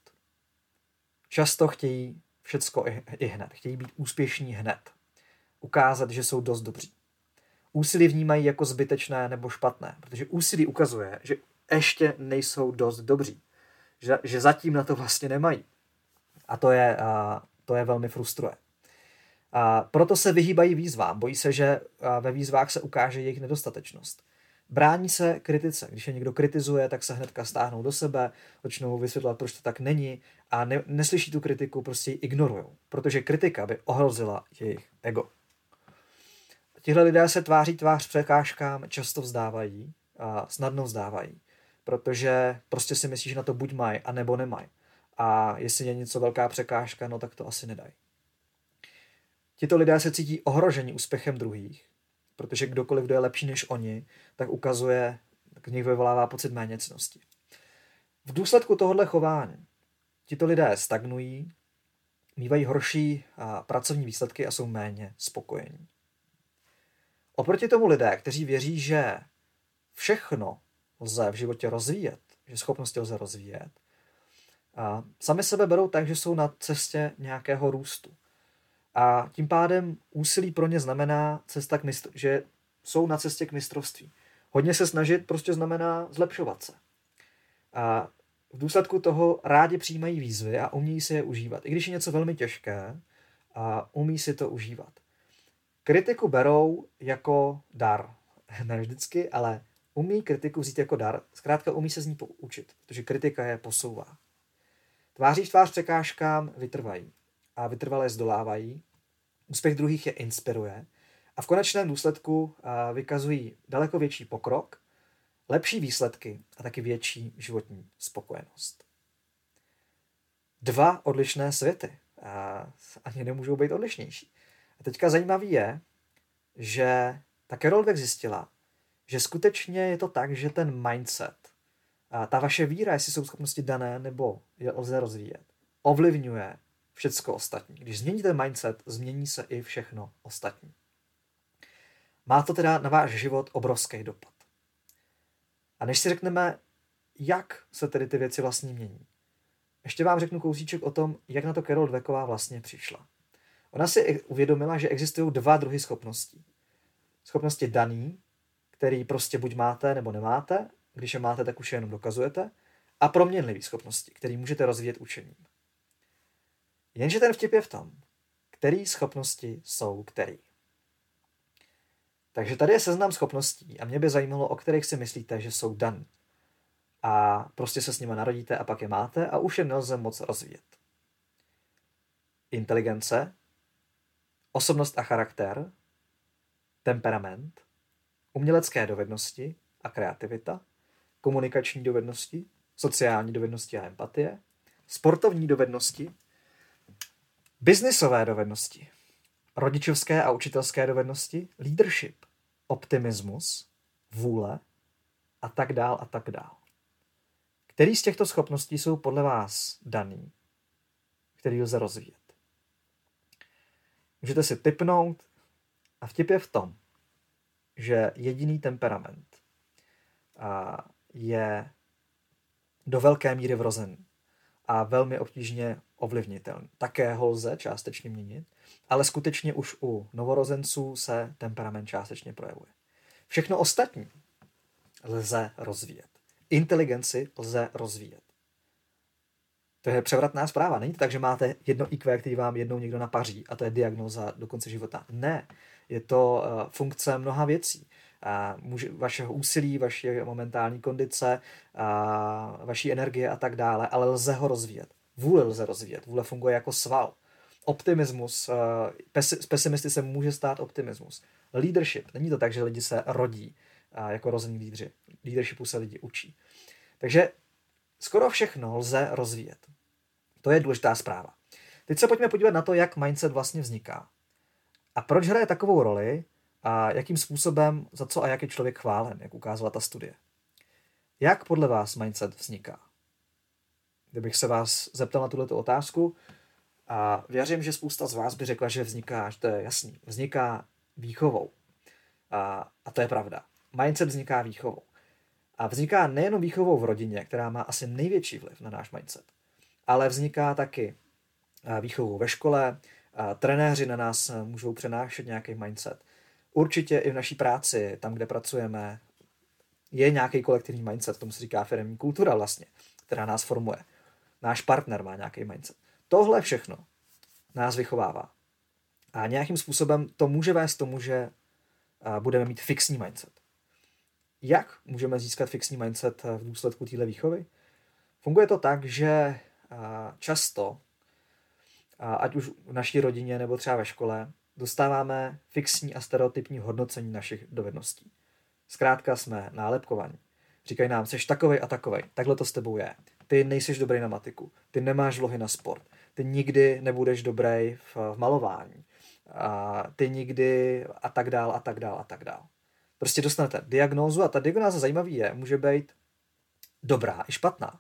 často chtějí všecko i hned. Chtějí být úspěšní hned. Ukázat, že jsou dost dobří. Úsilí vnímají jako zbytečné nebo špatné, protože úsilí ukazuje, že ještě nejsou dost dobří. Že zatím na to vlastně nemají. A to je velmi frustruje. A proto se vyhýbají výzvám. Bojí se, že ve výzvách se ukáže jejich nedostatečnost. Brání se kritice. Když je někdo kritizuje, tak se hnedka stáhnou do sebe, začnou vysvětlovat, proč to tak není a neslyší tu kritiku, prostě ji ignorujou. Protože kritika by ohrozila jejich ego. Tihle lidé se tváří tvář překážkám, často vzdávají a snadno vzdávají. Protože prostě si myslí, že na to buď mají, anebo nemají. A jestli je něco velká překážka, no tak to asi nedají. Tito lidé se cítí ohroženi úspěchem druhých, protože kdokoliv, kdo je lepší než oni, tak ukazuje, tak v nich vyvolává pocit méněcnosti. V důsledku tohohle chování tito lidé stagnují, mívají horší pracovní výsledky a jsou méně spokojení. Oproti tomu lidé, kteří věří, že všechno lze v životě rozvíjet, že schopnosti lze rozvíjet, a sami sebe berou tak, že jsou na cestě nějakého růstu. A tím pádem úsilí pro ně znamená že jsou na cestě k mistrovství. Hodně se snažit prostě znamená zlepšovat se. A v důsledku toho rádi přijímají výzvy a umí si je užívat. I když je něco velmi těžké, a umí si to užívat. Kritiku berou jako dar. Ne vždycky, ale umí kritiku vzít jako dar. Zkrátka umí se z ní poučit, protože kritika je posouvá. Tváří v tvář překážkám vytrvají a vytrvalé zdolávají. Úspěch druhých je inspiruje a v konečném důsledku vykazují daleko větší pokrok lepší výsledky a taky větší životní spokojenost. Dva odlišné světy. A ani nemůžou být odlišnější. A teďka zajímavý je, že ta Carol Dweck zjistila, že skutečně je to tak, že ten mindset, a ta vaše víra, jestli jsou schopnosti dané nebo je lze rozvíjet, ovlivňuje všecko ostatní. Když změníte mindset, změní se i všechno ostatní. Má to teda na váš život obrovský dopad. A než si řekneme, jak se tedy ty věci vlastně mění, ještě vám řeknu kousíček o tom, jak na to Carol Dwecková vlastně přišla. Ona si uvědomila, že existují dva druhy schopností. Schopnosti daný, který prostě buď máte nebo nemáte, když je máte, tak už je jenom dokazujete, a proměnlivý schopnosti, který můžete rozvíjet učením. Jenže ten vtip je v tom, který schopnosti jsou který. Takže tady je seznam schopností a mě by zajímalo, o kterých si myslíte, že jsou daný. A prostě se s nimi narodíte a pak je máte a už je nelze moc rozvíjet. Inteligence, osobnost a charakter, temperament, umělecké dovednosti a kreativita, komunikační dovednosti, sociální dovednosti a empatie, sportovní dovednosti, biznisové dovednosti, rodičovské a učitelské dovednosti, leadership, optimismus, vůle a tak dál a tak dál. Který z těchto schopností jsou podle vás daný, který lze rozvíjet? Můžete si tipnout a vtip je v tom, že jediný temperament je do velké míry vrozený a velmi obtížně ovlivnitelný. Také ho lze částečně měnit, ale skutečně už u novorozenců se temperament částečně projevuje. Všechno ostatní lze rozvíjet. Inteligenci lze rozvíjet. To je převratná zpráva. Není to tak, že máte jedno IQ, který vám jednou někdo napaří a to je diagnóza do konce života. Ne. Je to funkce mnoha věcí. Vašeho úsilí, vaše momentální kondice, vaší energie a tak dále, ale lze ho rozvíjet. Vůle lze rozvíjet. Vůle funguje jako sval. Optimismus, z pesimisty se může stát optimismus. Leadership. Není to tak, že lidi se rodí jako rození lídři. Leadershipu se lidi učí. Takže skoro všechno lze rozvíjet. To je důležitá zpráva. Teď se pojďme podívat na to, jak mindset vlastně vzniká. A proč hraje takovou roli a jakým způsobem, za co a jak je člověk chválen, jak ukázala ta studie. Jak podle vás mindset vzniká? Kdybych se vás zeptal na tuto otázku, a věřím, že spousta z vás by řekla, že vzniká, že to je jasný, vzniká výchovou. A to je pravda. Mindset vzniká výchovou. A vzniká nejenom výchovou v rodině, která má asi největší vliv na náš mindset, ale vzniká taky výchovou ve škole, trenéři na nás můžou přenášet nějaký mindset. Určitě i v naší práci, tam, kde pracujeme, je nějaký kolektivní mindset, tomu se říká firemní kultura vlastně, která nás formuje. Náš partner má nějaký mindset. Tohle všechno nás vychovává. A nějakým způsobem to může vést tomu, že budeme mít fixní mindset. Jak můžeme získat fixní mindset v důsledku téhle výchovy? Funguje to tak, že často, ať už v naší rodině nebo třeba ve škole, dostáváme fixní a stereotypní hodnocení našich dovedností. Zkrátka jsme nálepkovaní. Říkají nám, jsi takovej a takovej, takhle to s tebou je. Ty nejsiš dobrý na matiku, ty nemáš vlohy na sport, ty nikdy nebudeš dobrý v malování, ty nikdy a tak dál a tak dál a tak dál. Prostě dostanete diagnózu a ta diagnóza zajímavý je, může být dobrá i špatná.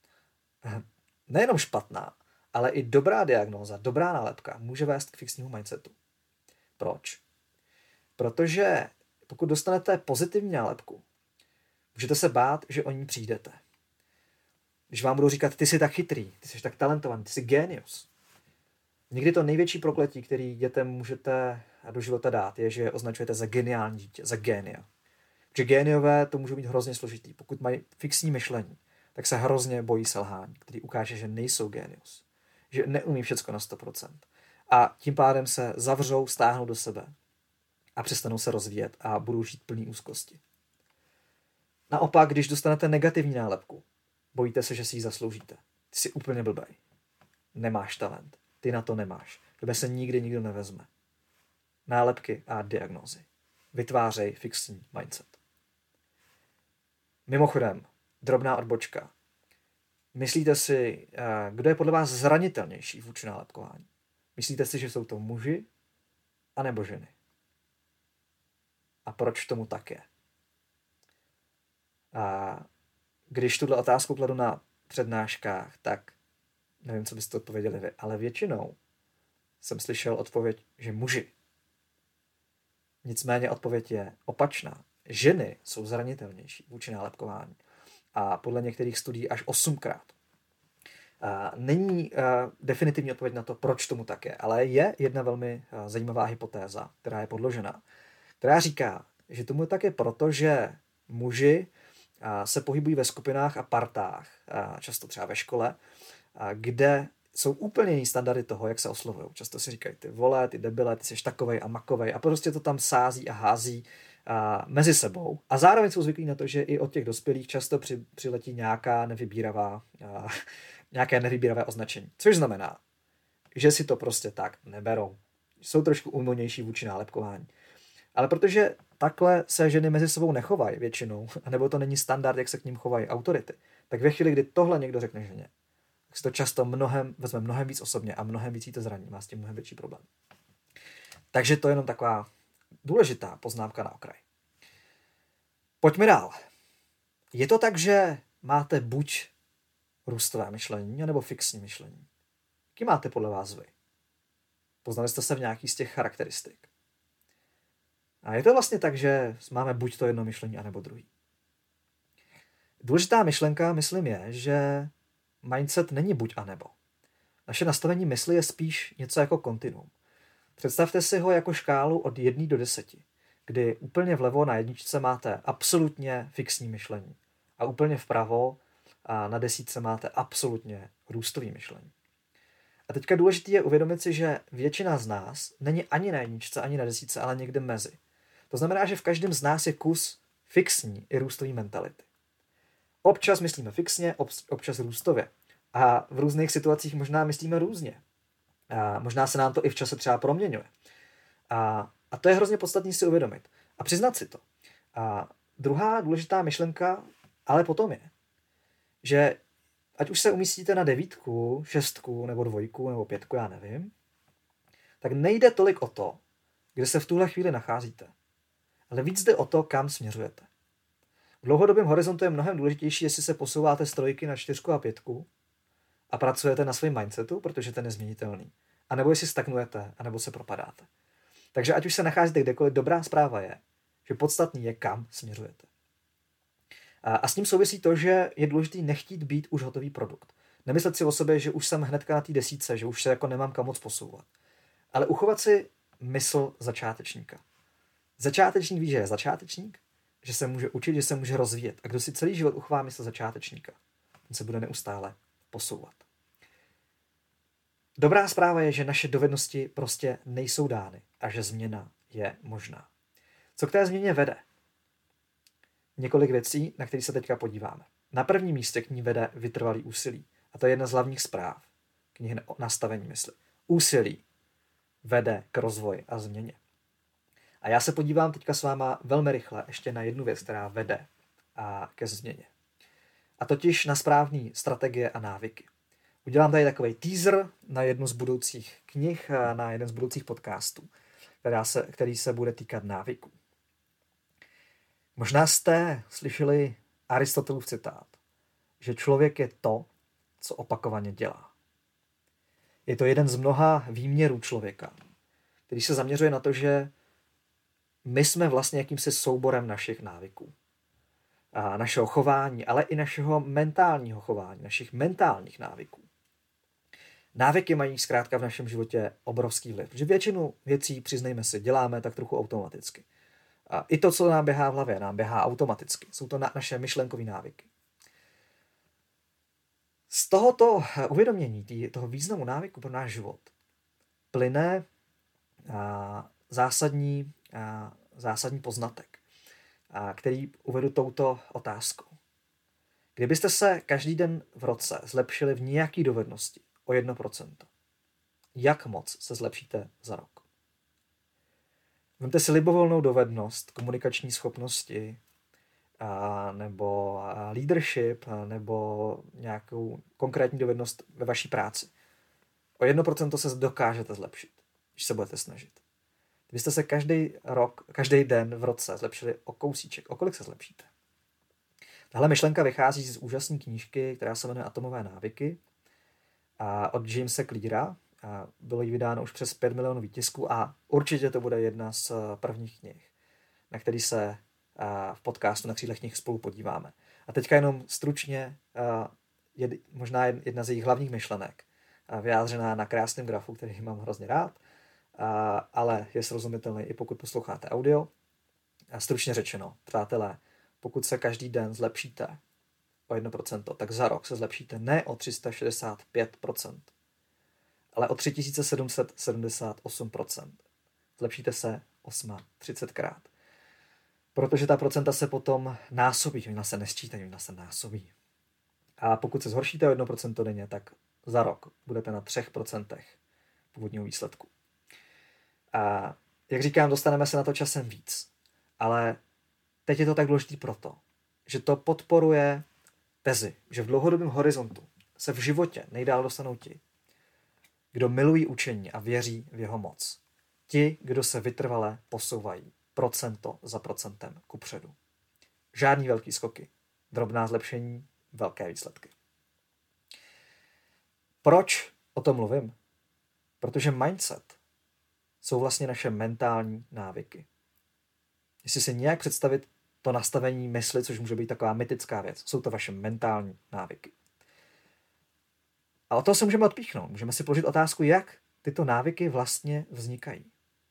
Nejenom špatná, ale i dobrá diagnóza, dobrá nálepka může vést k fixnímu mindsetu. Proč? Protože pokud dostanete pozitivní nálepku, můžete se bát, že o ní přijdete. Když vám budou říkat, ty jsi tak chytrý, ty jsi tak talentovaný, ty jsi génius. Někdy to největší prokletí, který dětem můžete do života dát, je, že je označujete za geniální dítě, za génia. Protože géniové to můžou být hrozně složitý. Pokud mají fixní myšlení, tak se hrozně bojí selhání, který ukáže, že nejsou génius. Že neumí všecko na 100%. A tím pádem se zavřou, stáhnou do sebe a přestanou se rozvíjet a budou žít plný úzkosti. Naopak, když dostanete negativní nálepku, bojíte se, že si ji zasloužíte. Ty jsi úplně blbej. Nemáš talent. Ty na to nemáš. Tebe se nikdy nikdo nevezme. Nálepky a diagnózy vytvářejí fixní mindset. Mimochodem, drobná odbočka. Myslíte si, kdo je podle vás zranitelnější vůči nálepkování? Myslíte si, že jsou to muži anebo ženy? A proč tomu tak je? A když tuhle otázku kladu na přednáškách, tak nevím, co byste odpověděli vy, ale většinou jsem slyšel odpověď, že muži. Nicméně odpověď je opačná. Ženy jsou zranitelnější vůči nálepkování. A podle některých studií až 8krát. Není definitivní odpověď na to, proč tomu tak je, ale je jedna velmi zajímavá hypotéza, která je podložená, která říká, že tomu tak je proto, že muži se pohybují ve skupinách a partách, často třeba ve škole, kde jsou úplně jiný standardy toho, jak se oslovují. Často si říkají ty vole, ty debile, ty jsi takovej a makovej a prostě to tam sází a hází mezi sebou. A zároveň jsou zvyklí na to, že i od těch dospělých často přiletí nějaké nevybíravé označení. Což znamená, že si to prostě tak neberou. Jsou trošku uvolnější vůči nálepkování. Ale protože takhle se ženy mezi sebou nechovají většinou, anebo to není standard, jak se k ním chovají autority, tak ve chvíli, kdy tohle někdo řekne ženě, tak si to často vezme mnohem víc osobně a mnohem víc jí to zraní, má s tím mnohem větší problém. Takže to je jenom taková důležitá poznámka na okraj. Pojďme dál. Je to tak, že máte buď růstové myšlení, nebo fixní myšlení. Jaký máte podle vás vy? Poznali jste se v nějaký z těch charakteristik. A je to vlastně tak, že máme buď to jedno myšlení, anebo druhý. Důležitá myšlenka, myslím, je, že mindset není buď a nebo. Naše nastavení mysli je spíš něco jako kontinuum. Představte si ho jako škálu od 1 do 10, kdy úplně vlevo na jedničce máte absolutně fixní myšlení a úplně vpravo a na 10 máte absolutně růstový myšlení. A teďka důležité je uvědomit si, že většina z nás není ani na jedničce, ani na 10, ale někde mezi. To znamená, že v každém z nás je kus fixní i růstový mentality. Občas myslíme fixně, občas růstově. A v různých situacích možná myslíme různě. A možná se nám to i v čase třeba proměňuje. A to je hrozně podstatné si uvědomit. A přiznat si to. A druhá důležitá myšlenka ale potom je, že ať už se umístíte na 9, 6 nebo 2 nebo 5, já nevím, tak nejde tolik o to, kde se v tuhle chvíli nacházíte. Ale víc jde o to, kam směřujete. V dlouhodobém horizontu je mnohem důležitější, jestli se posouváte z 3 na 4 a 5 a pracujete na svém mindsetu, protože ten je změnitelný. A nebo jestli stagnujete, anebo se propadáte. Takže ať už se nacházíte kdekoliv, dobrá zpráva je, že podstatný je, kam směřujete. A s tím souvisí to, že je důležité nechtít být už hotový produkt. Nemyslet si o sobě, že už jsem hnedka na té 10, že už se jako nemám kam moc posouvat. Ale uchovat si mysl začátečníka. Začátečník ví, že je začátečník, že se může učit, že se může rozvíjet. A kdo si celý život uchová mysl začátečníka, ten se bude neustále posouvat. Dobrá zpráva je, že naše dovednosti prostě nejsou dány a že změna je možná. Co k té změně vede? Několik věcí, na které se teďka podíváme. Na prvním místě k ní vede vytrvalý úsilí. A to je jedna z hlavních zpráv knihy Nastavení mysli. Úsilí vede k rozvoji a změně. A já se podívám teďka s váma velmi rychle ještě na jednu věc, která vede ke změně. A totiž na správné strategie a návyky. Udělám tady takový teaser na jednu z budoucích knih, na jeden z budoucích podcastů, který se bude týkat návyků. Možná jste slyšeli Aristotelův citát, že člověk je to, co opakovaně dělá. Je to jeden z mnoha výměrů člověka, který se zaměřuje na to, že my jsme vlastně jakýmsi souborem našich návyků. A našeho chování, ale i našeho mentálního chování, našich mentálních návyků. Návyky mají zkrátka v našem životě obrovský vliv, protože většinu věcí, přiznejme si, děláme tak trochu automaticky. A i to, co nám běhá v hlavě, nám běhá automaticky. Jsou to naše myšlenkové návyky. Z tohoto uvědomění, toho významu návyku pro náš život, plyne zásadní poznatek, který uvedu touto otázkou. Kdybyste se každý den v roce zlepšili v nějaké dovednosti o 1%, jak moc se zlepšíte za rok? Vemte si libovolnou dovednost, komunikační schopnosti, nebo leadership, nebo nějakou konkrétní dovednost ve vaší práci. O 1% se dokážete zlepšit, když se budete snažit. Kdybyste se každý den v roce zlepšili o kousíček, o kolik se zlepšíte? Tahle myšlenka vychází z úžasné knížky, která se jmenuje Atomové návyky od Jamesa Cleara. Bylo jí vydáno už přes 5 milionů výtisků a určitě to bude jedna z prvních knih, na který se v podcastu Na křídlech knih spolu podíváme. A teďka jenom stručně možná jedna z jejich hlavních myšlenek, vyjádřená na krásném grafu, který mám hrozně rád, ale je srozumitelný i pokud posloucháte audio. Stručně řečeno, přátelé, pokud se každý den zlepšíte o 1%, tak za rok se zlepšíte ne o 365%, ale o 3778%. Zlepšíte se 30krát. Protože ta procenta se potom násobí, ona se nesčítají, ona se násobí. A pokud se zhoršíte o 1% denně, tak za rok budete na 3% původního výsledku. A jak říkám, dostaneme se na to časem víc. Ale teď je to tak důležité proto, že to podporuje tezi, že v dlouhodobém horizontu se v životě nejdál dostanou ti, kdo milují učení a věří v jeho moc. Ti, kdo se vytrvale posouvají procento za procentem kupředu. Žádný velký skoky, drobná zlepšení, velké výsledky. Proč o tom mluvím? Protože mindset jsou vlastně naše mentální návyky. Jestli si nějak představit to nastavení mysli, což může být taková mytická věc, jsou to vaše mentální návyky. A od toho se můžeme odpíchnout. Můžeme si položit otázku, jak tyto návyky vlastně vznikají.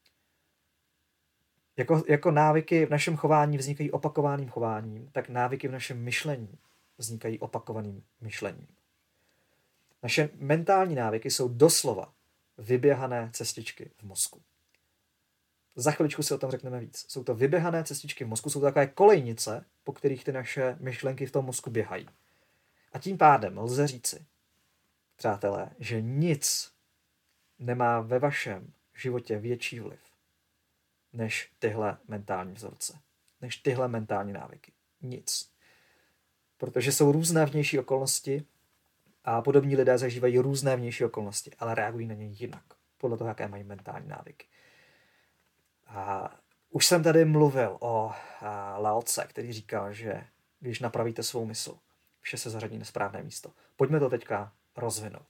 Jako návyky v našem chování vznikají opakovaným chováním, tak návyky v našem myšlení vznikají opakovaným myšlením. Naše mentální návyky jsou doslova vyběhané cestičky v mozku. Za chviličku si o tom řekneme víc. Jsou to vyběhané cestičky v mozku, jsou to takové kolejnice, po kterých ty naše myšlenky v tom mozku běhají. A tím pádem lze říci, přátelé, že nic nemá ve vašem životě větší vliv než tyhle mentální vzorce, než tyhle mentální návyky. Nic. Protože jsou různé vnější okolnosti a podobní lidé zažívají různé vnější okolnosti, ale reagují na ně jinak, podle toho, jaké mají mentální návyky. A už jsem tady mluvil o Lao Tse, který říkal, že když napravíte svou mysl, vše se zařadí na správné místo. Pojďme to teďka rozvinout.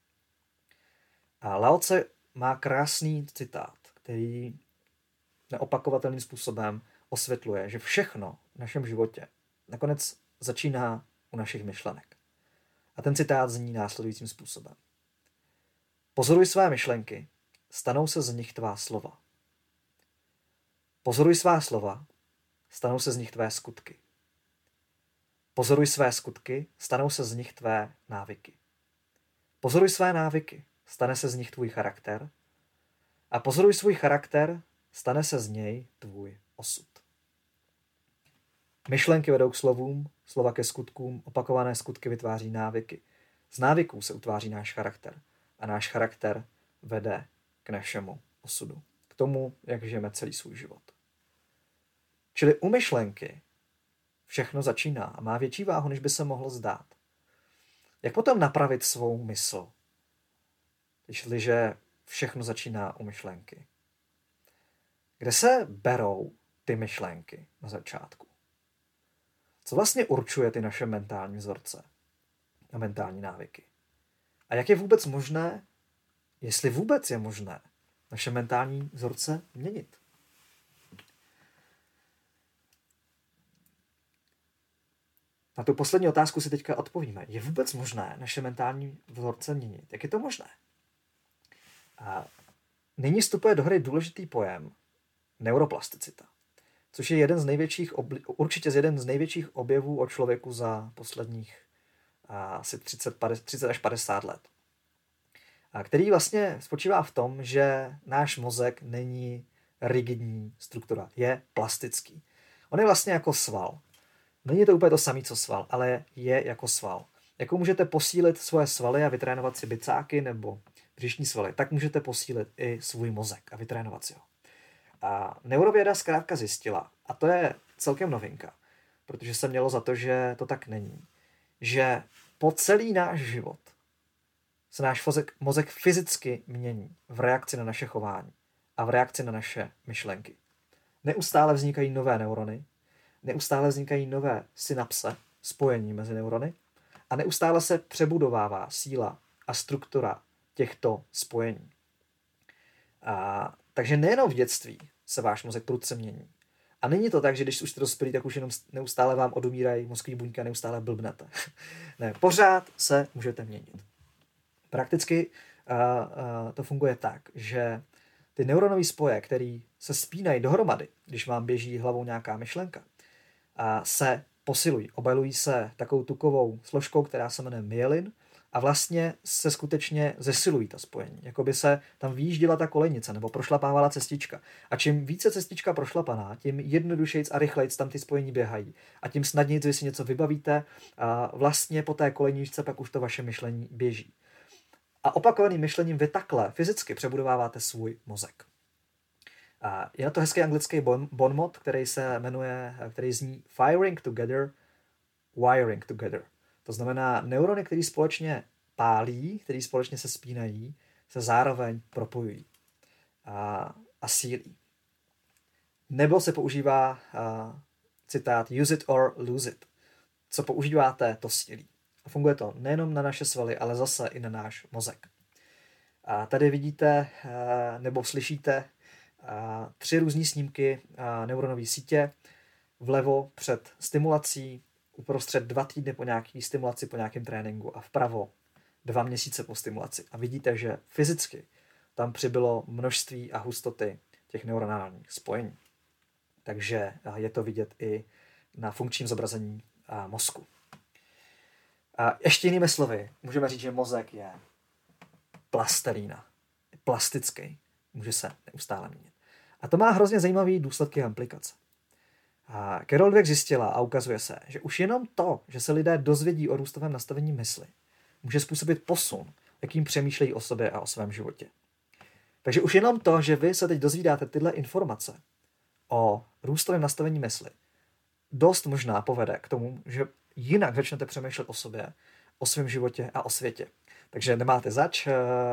A Lao Tse má krásný citát, který neopakovatelným způsobem osvětluje, že všechno v našem životě nakonec začíná u našich myšlenek. A ten citát zní následujícím způsobem. Pozoruj své myšlenky, stanou se z nich tvá slova. Pozoruj svá slova, stanou se z nich tvé skutky. Pozoruj své skutky, stanou se z nich tvé návyky. Pozoruj své návyky, stane se z nich tvůj charakter. A pozoruj svůj charakter, stane se z něj tvůj osud. Myšlenky vedou k slovům, slova ke skutkům, opakované skutky vytváří návyky. Z návyků se utváří náš charakter a náš charakter vede k našemu osudu. K tomu, jak žijeme celý svůj život. Čili u myšlenky všechno začíná a má větší váhu, než by se mohlo zdát. Jak potom napravit svou mysl, jestliže všechno začíná u myšlenky? Kde se berou ty myšlenky na začátku? Co vlastně určuje ty naše mentální vzorce a mentální návyky? A jak je vůbec možné, jestli vůbec je možné, naše mentální vzorce měnit? Na tu poslední otázku si teďka odpovíme. Je vůbec možné naše mentální vzorce měnit? Jak je to možné? A nyní vstupuje do hry důležitý pojem neuroplasticita, což je určitě jeden z největších objevů o člověku za posledních asi 30 až 50 let. A který vlastně spočívá v tom, že náš mozek není rigidní struktura, je plastický. On je vlastně jako sval. Není to úplně to samé, co sval, ale je jako sval. Jako můžete posílit svoje svaly a vytrénovat si bicáky nebo břišní svaly, tak můžete posílit i svůj mozek a vytrénovat si ho. A neurověda zkrátka zjistila, a to je celkem novinka, protože se mělo za to, že to tak není. Že po celý náš život se náš mozek fyzicky mění v reakci na naše chování a v reakci na naše myšlenky. Neustále vznikají nové neurony, neustále vznikají nové synapse, spojení mezi neurony a neustále se přebudovává síla a struktura těchto spojení. Takže nejenom v dětství se váš mozek prudce mění. A není to tak, že když už jste dospělí, tak už jenom neustále vám odumírají mozkový buňky a neustále blbnete. Ne, pořád se můžete měnit. Prakticky to funguje tak, že ty neuronové spoje, které se spínají dohromady, když vám běží hlavou nějaká myšlenka, se posilují, obalují se takovou tukovou složkou, která se jmenuje myelin, a vlastně se skutečně zesilují ta spojení. Jako by se tam vyjížděla ta kolejnice nebo prošlapávala cestička. A čím více cestička prošlapaná, tím jednodušejc a rychlejc tam ty spojení běhají. A tím snadněji vy si něco vybavíte a vlastně po té kolejničce pak už to vaše myšlení běží. A opakovaným myšlením vy takhle fyzicky přebudováváte svůj mozek. A je na to hezký anglický bonmot, který zní firing together, wiring together. To znamená, neurony, které společně pálí, které společně se spínají, se zároveň propojují a sílí. Nebo se používá citát use it or lose it. Co používáte, to sílí. A funguje to nejenom na naše svaly, ale zase i na náš mozek. A tady vidíte nebo slyšíte 3 různé snímky neuronové sítě. Vlevo před stimulací, uprostřed 2 týdny po nějaké stimulaci, po nějakém tréninku a vpravo 2 měsíce po stimulaci. A vidíte, že fyzicky tam přibylo množství a hustoty těch neuronálních spojení. Takže je to vidět i na funkčním zobrazení mozku. A ještě jinými slovy, můžeme říct, že mozek je plastelína, je plastický, může se neustále měnit. A to má hrozně zajímavý důsledky a implikace. A Carol Dweck zjistila a ukazuje se, že už jenom to, že se lidé dozvědí o růstovém nastavení mysli, může způsobit posun, jakým přemýšlejí o sobě a o svém životě. Takže už jenom to, že vy se teď dozvídáte tyhle informace o růstovém nastavení mysli, dost možná povede k tomu, že jinak začnete přemýšlet o sobě, o svém životě a o světě. Takže nemáte zač,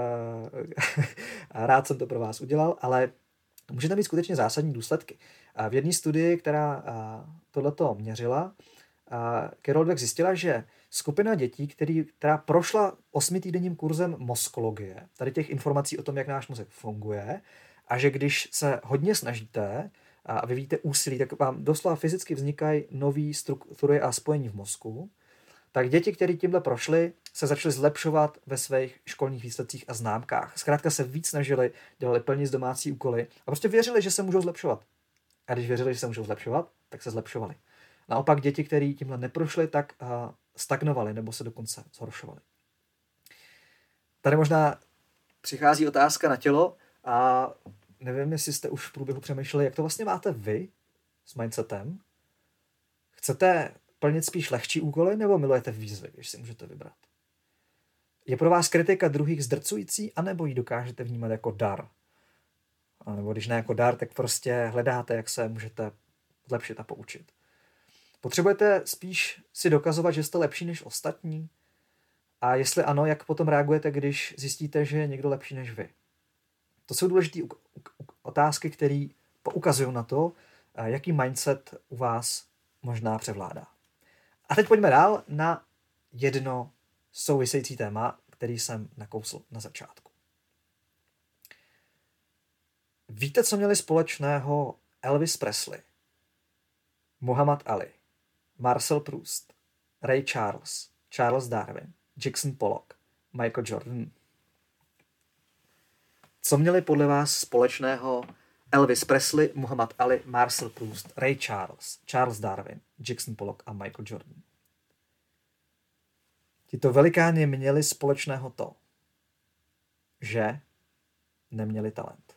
rád jsem to pro vás udělal, ale může tam být skutečně zásadní důsledky. V jedné studii, která tohleto měřila, Carol Dweck zjistila, že skupina dětí, která prošla 8týdenním kurzem mozkologie, tady těch informací o tom, jak náš mozek funguje, a že když se hodně snažíte a vyvíjíte úsilí, tak vám doslova fyzicky vznikají nové struktury a spojení v mozku, tak děti, které tímhle prošly, se začaly zlepšovat ve svých školních výsledcích a známkách. Zkrátka se víc snažili, dělali plně z domácí úkoly a prostě věřili, že se můžou zlepšovat. A když věřili, že se můžou zlepšovat, tak se zlepšovali. Naopak děti, které tímhle neprošly, tak stagnovaly nebo se dokonce zhoršovaly. Tady možná přichází otázka na tělo a nevím, jestli jste už v průběhu přemýšleli, jak to vlastně máte vy s mindsetem. Chcete plnit spíš lehčí úkoly nebo milujete výzvy, když si můžete vybrat? Je pro vás kritika druhých zdrcující, anebo ji dokážete vnímat jako dar? A nebo když ne jako dar, tak prostě hledáte, jak se můžete zlepšit a poučit. Potřebujete spíš si dokazovat, že jste lepší než ostatní? A jestli ano, jak potom reagujete, když zjistíte, že je někdo lepší než vy? To jsou důležité otázky, které poukazují na to, jaký mindset u vás možná převládá. A teď pojďme dál na jedno související téma, který jsem nakousl na začátku. Víte, co měli společného Elvis Presley, Muhammad Ali, Marcel Proust, Ray Charles, Charles Darwin, Jackson Pollock, Michael Jordan? Co měli podle vás společného Elvis Presley, Muhammad Ali, Marcel Proust, Ray Charles, Charles Darwin, Jackson Pollock a Michael Jordan? Tito velikáni měli společného to, že neměli talent.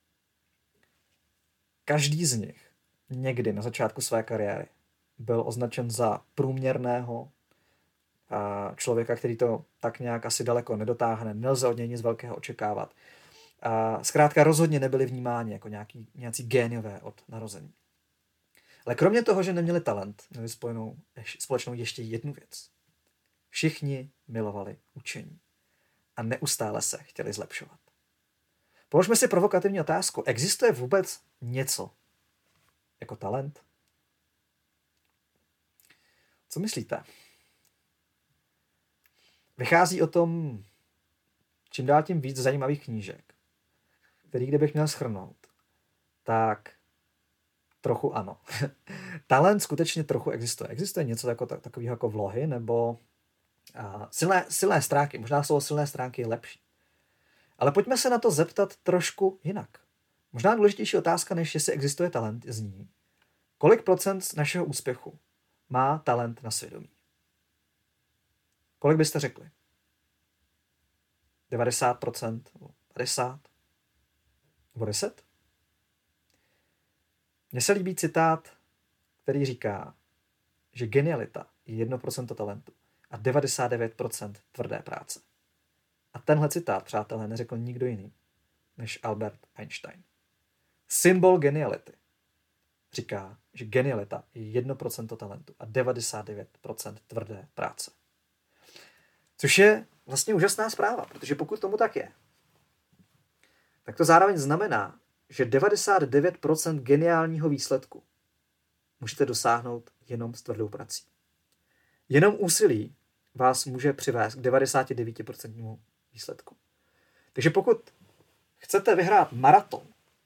Každý z nich někdy na začátku své kariéry byl označen za průměrného člověka, který to tak nějak asi daleko nedotáhne, nelze od něj nic velkého očekávat. Zkrátka rozhodně nebyli vnímáni jako nějací géniové od narození. Ale kromě toho, že neměli talent, měli společnou ještě jednu věc. Všichni milovali učení a neustále se chtěli zlepšovat. Položme si provokativní otázku. Existuje vůbec něco jako talent? Co myslíte? Vychází o tom čím dál tím víc zajímavých knížek, který kdybych měl shrnout, tak trochu ano. Talent skutečně trochu existuje. Existuje něco takového jako vlohy nebo silné stránky. Možná slovo silné stránky je lepší. Ale pojďme se na to zeptat trošku jinak. Možná důležitější otázka, než jestli existuje talent, zní, kolik procent z našeho úspěchu má talent na svědomí? Kolik byste řekli? 90%? 50%? Nebo 10%? Mně se líbí citát, který říká, že genialita je 1% talentu a 99% tvrdé práce. A tenhle citát, přátelé, neřekl nikdo jiný než Albert Einstein. Symbol geniality říká, že genialita je 1% talentu a 99% tvrdé práce. Což je vlastně úžasná zpráva, protože pokud tomu tak je, tak to zároveň znamená, že 99% geniálního výsledku můžete dosáhnout jenom s tvrdou prací. Jenom úsilí vás může přivést k 99% výsledku. Takže pokud chcete vyhrát maraton,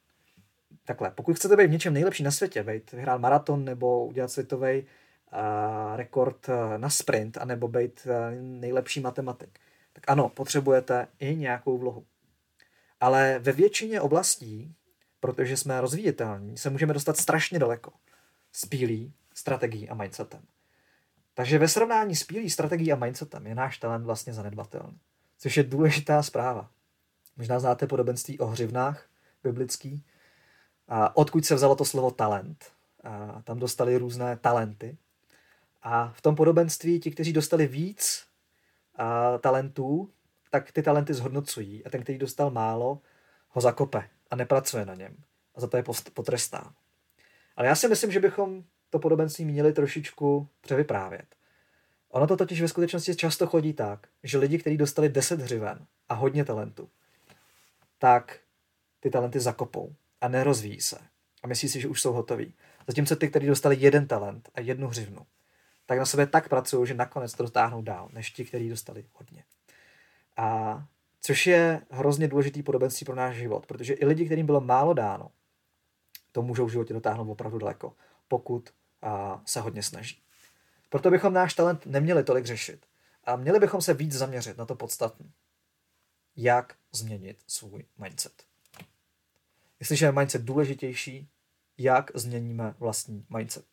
pokud chcete být v něčem nejlepší na světě, vyhrát maraton nebo udělat světový rekord na sprint, anebo být nejlepší matematik, tak ano, potřebujete i nějakou vlohu. Ale ve většině oblastí, protože jsme rozvíjitelní, se můžeme dostat strašně daleko s pílí, strategií a mindsetem. Takže ve srovnání s pílí, strategií a mindsetem je náš talent vlastně zanedbatelný. Což je důležitá zpráva. Možná znáte podobenství o hřivnách biblický. A odkud se vzalo to slovo talent. A tam dostali různé talenty. A v tom podobenství ti, kteří dostali víc talentů, tak ty talenty zhodnocují. A ten, který dostal málo, ho zakope a nepracuje na něm. A za to je potrestán. Ale já si myslím, že bychom to podobenství měli trošičku převyprávět. Ono to totiž ve skutečnosti často chodí tak, že lidi, kteří dostali 10 hřiven a hodně talentu, tak ty talenty zakopou a nerozvíjí se. A myslí si, že už jsou hotoví. Zatímco ty, kteří dostali 1 talent a 1 hřivnu, tak na sebe tak pracují, že nakonec to dotáhnou dál, než ti, kteří dostali hodně. A což je hrozně důležitý podobenství pro náš život, protože i lidi, kterým bylo málo dáno, to můžou v životě dotáhnout opravdu daleko, pokud se hodně snaží. Proto bychom náš talent neměli tolik řešit. A měli bychom se víc zaměřit na to podstatné. Jak změnit svůj mindset. Jestliže je mindset důležitější, jak změníme vlastní mindset.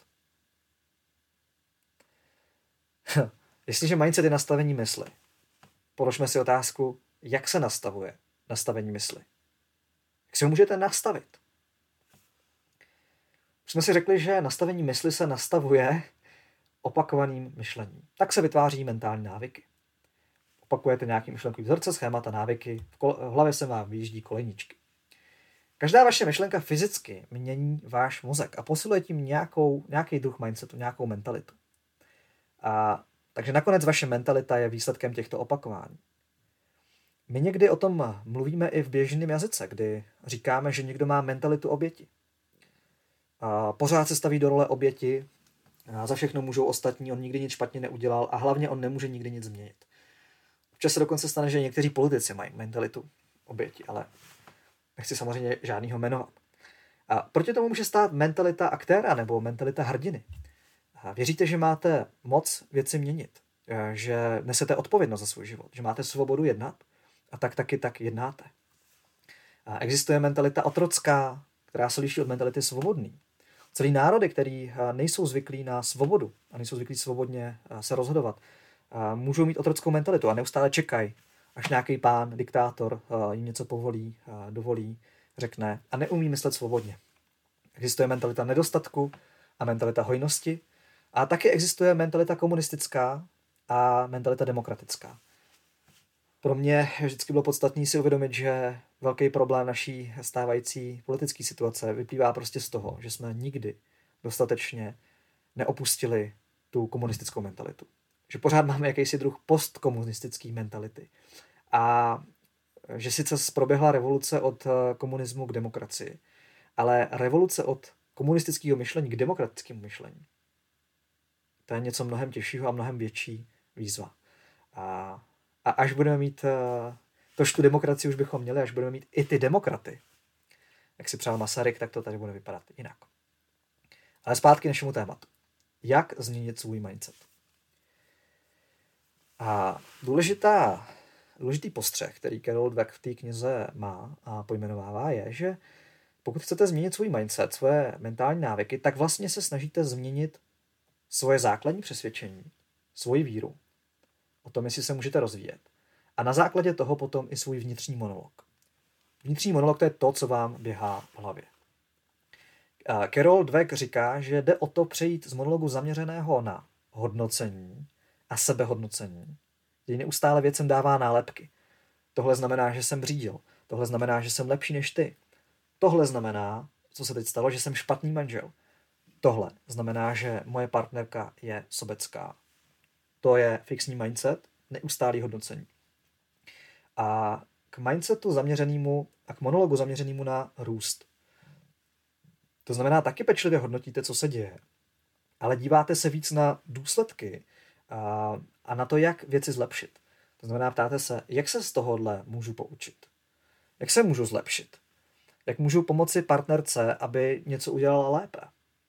Jestliže mindset je nastavení mysli, položme si otázku, jak se nastavuje nastavení mysli. Jak si ho můžete nastavit? Už jsme si řekli, že nastavení mysli se nastavuje opakovaným myšlením. Tak se vytváří mentální návyky. Opakujete nějaký myšlenkový vzorce, schémata, návyky, v hlavě se vám vyjíždí kolejničky. Každá vaše myšlenka fyzicky mění váš mozek a posiluje tím nějaký druh mindsetu, nějakou mentalitu. Takže nakonec vaše mentalita je výsledkem těchto opakování. My někdy o tom mluvíme i v běžném jazyce, kdy říkáme, že někdo má mentalitu oběti. Pořád se staví do role oběti, za všechno můžou ostatní, on nikdy nic špatně neudělal a hlavně on nemůže nikdy nic změnit. Občas se dokonce stane, že někteří politici mají mentalitu oběti, ale nechci samozřejmě žádnýho jmenovat. A proti tomu může stát mentalita aktéra nebo mentalita hrdiny. Věříte, že máte moc věci měnit, že nesete odpovědnost za svůj život, že máte svobodu jednat a tak jednáte. Existuje mentalita otrocká, která se liší od mentality svobodný. Celý národy, který nejsou zvyklí na svobodu a nejsou zvyklí svobodně se rozhodovat, můžou mít otrockou mentalitu a neustále čekají, až nějaký pán, diktátor jim něco povolí, dovolí, řekne a neumí myslet svobodně. Existuje mentalita nedostatku a mentalita hojnosti a taky existuje mentalita komunistická a mentalita demokratická. Pro mě vždycky bylo podstatné si uvědomit, že velký problém naší stávající politické situace vyplývá prostě z toho, že jsme nikdy dostatečně neopustili tu komunistickou mentalitu. Že pořád máme jakýsi druh postkomunistický mentality. A že sice proběhla revoluce od komunismu k demokracii, ale revoluce od komunistického myšlení k demokratickému myšlení, to je něco mnohem těžšího a mnohem větší výzva. A až budeme mít tu demokracii už bychom měli, až budeme mít i ty demokraty, jak si přál Masaryk, tak to tady bude vypadat jinak. Ale zpátky k našemu tématu. Jak změnit svůj mindset? A důležitý postřeh, který Carol Dweck v té knize má a pojmenovává, je, že pokud chcete změnit svůj mindset, svoje mentální návyky, tak vlastně se snažíte změnit svoje základní přesvědčení, svoji víru o tom, jestli se můžete rozvíjet. A na základě toho potom i svůj vnitřní monolog. Vnitřní monolog, to je to, co vám běhá v hlavě. Carol Dweck říká, že jde o to přejít z monologu zaměřeného na hodnocení a sebehodnocení, který neustále věcem dává nálepky. Tohle znamená, že jsem břídil. Tohle znamená, že jsem lepší než ty. Tohle znamená, co se teď stalo, že jsem špatný manžel. Tohle znamená, že moje partnerka je sobecká. To je fixní mindset, neustálý hodnocení. A k mindsetu zaměřenému a k monologu zaměřenému na růst. To znamená, taky pečlivě hodnotíte, co se děje, ale díváte se víc na důsledky a na to, jak věci zlepšit. To znamená, ptáte se, jak se z tohohle můžu poučit. Jak se můžu zlepšit. Jak můžu pomoci partnerce, aby něco udělala lépe.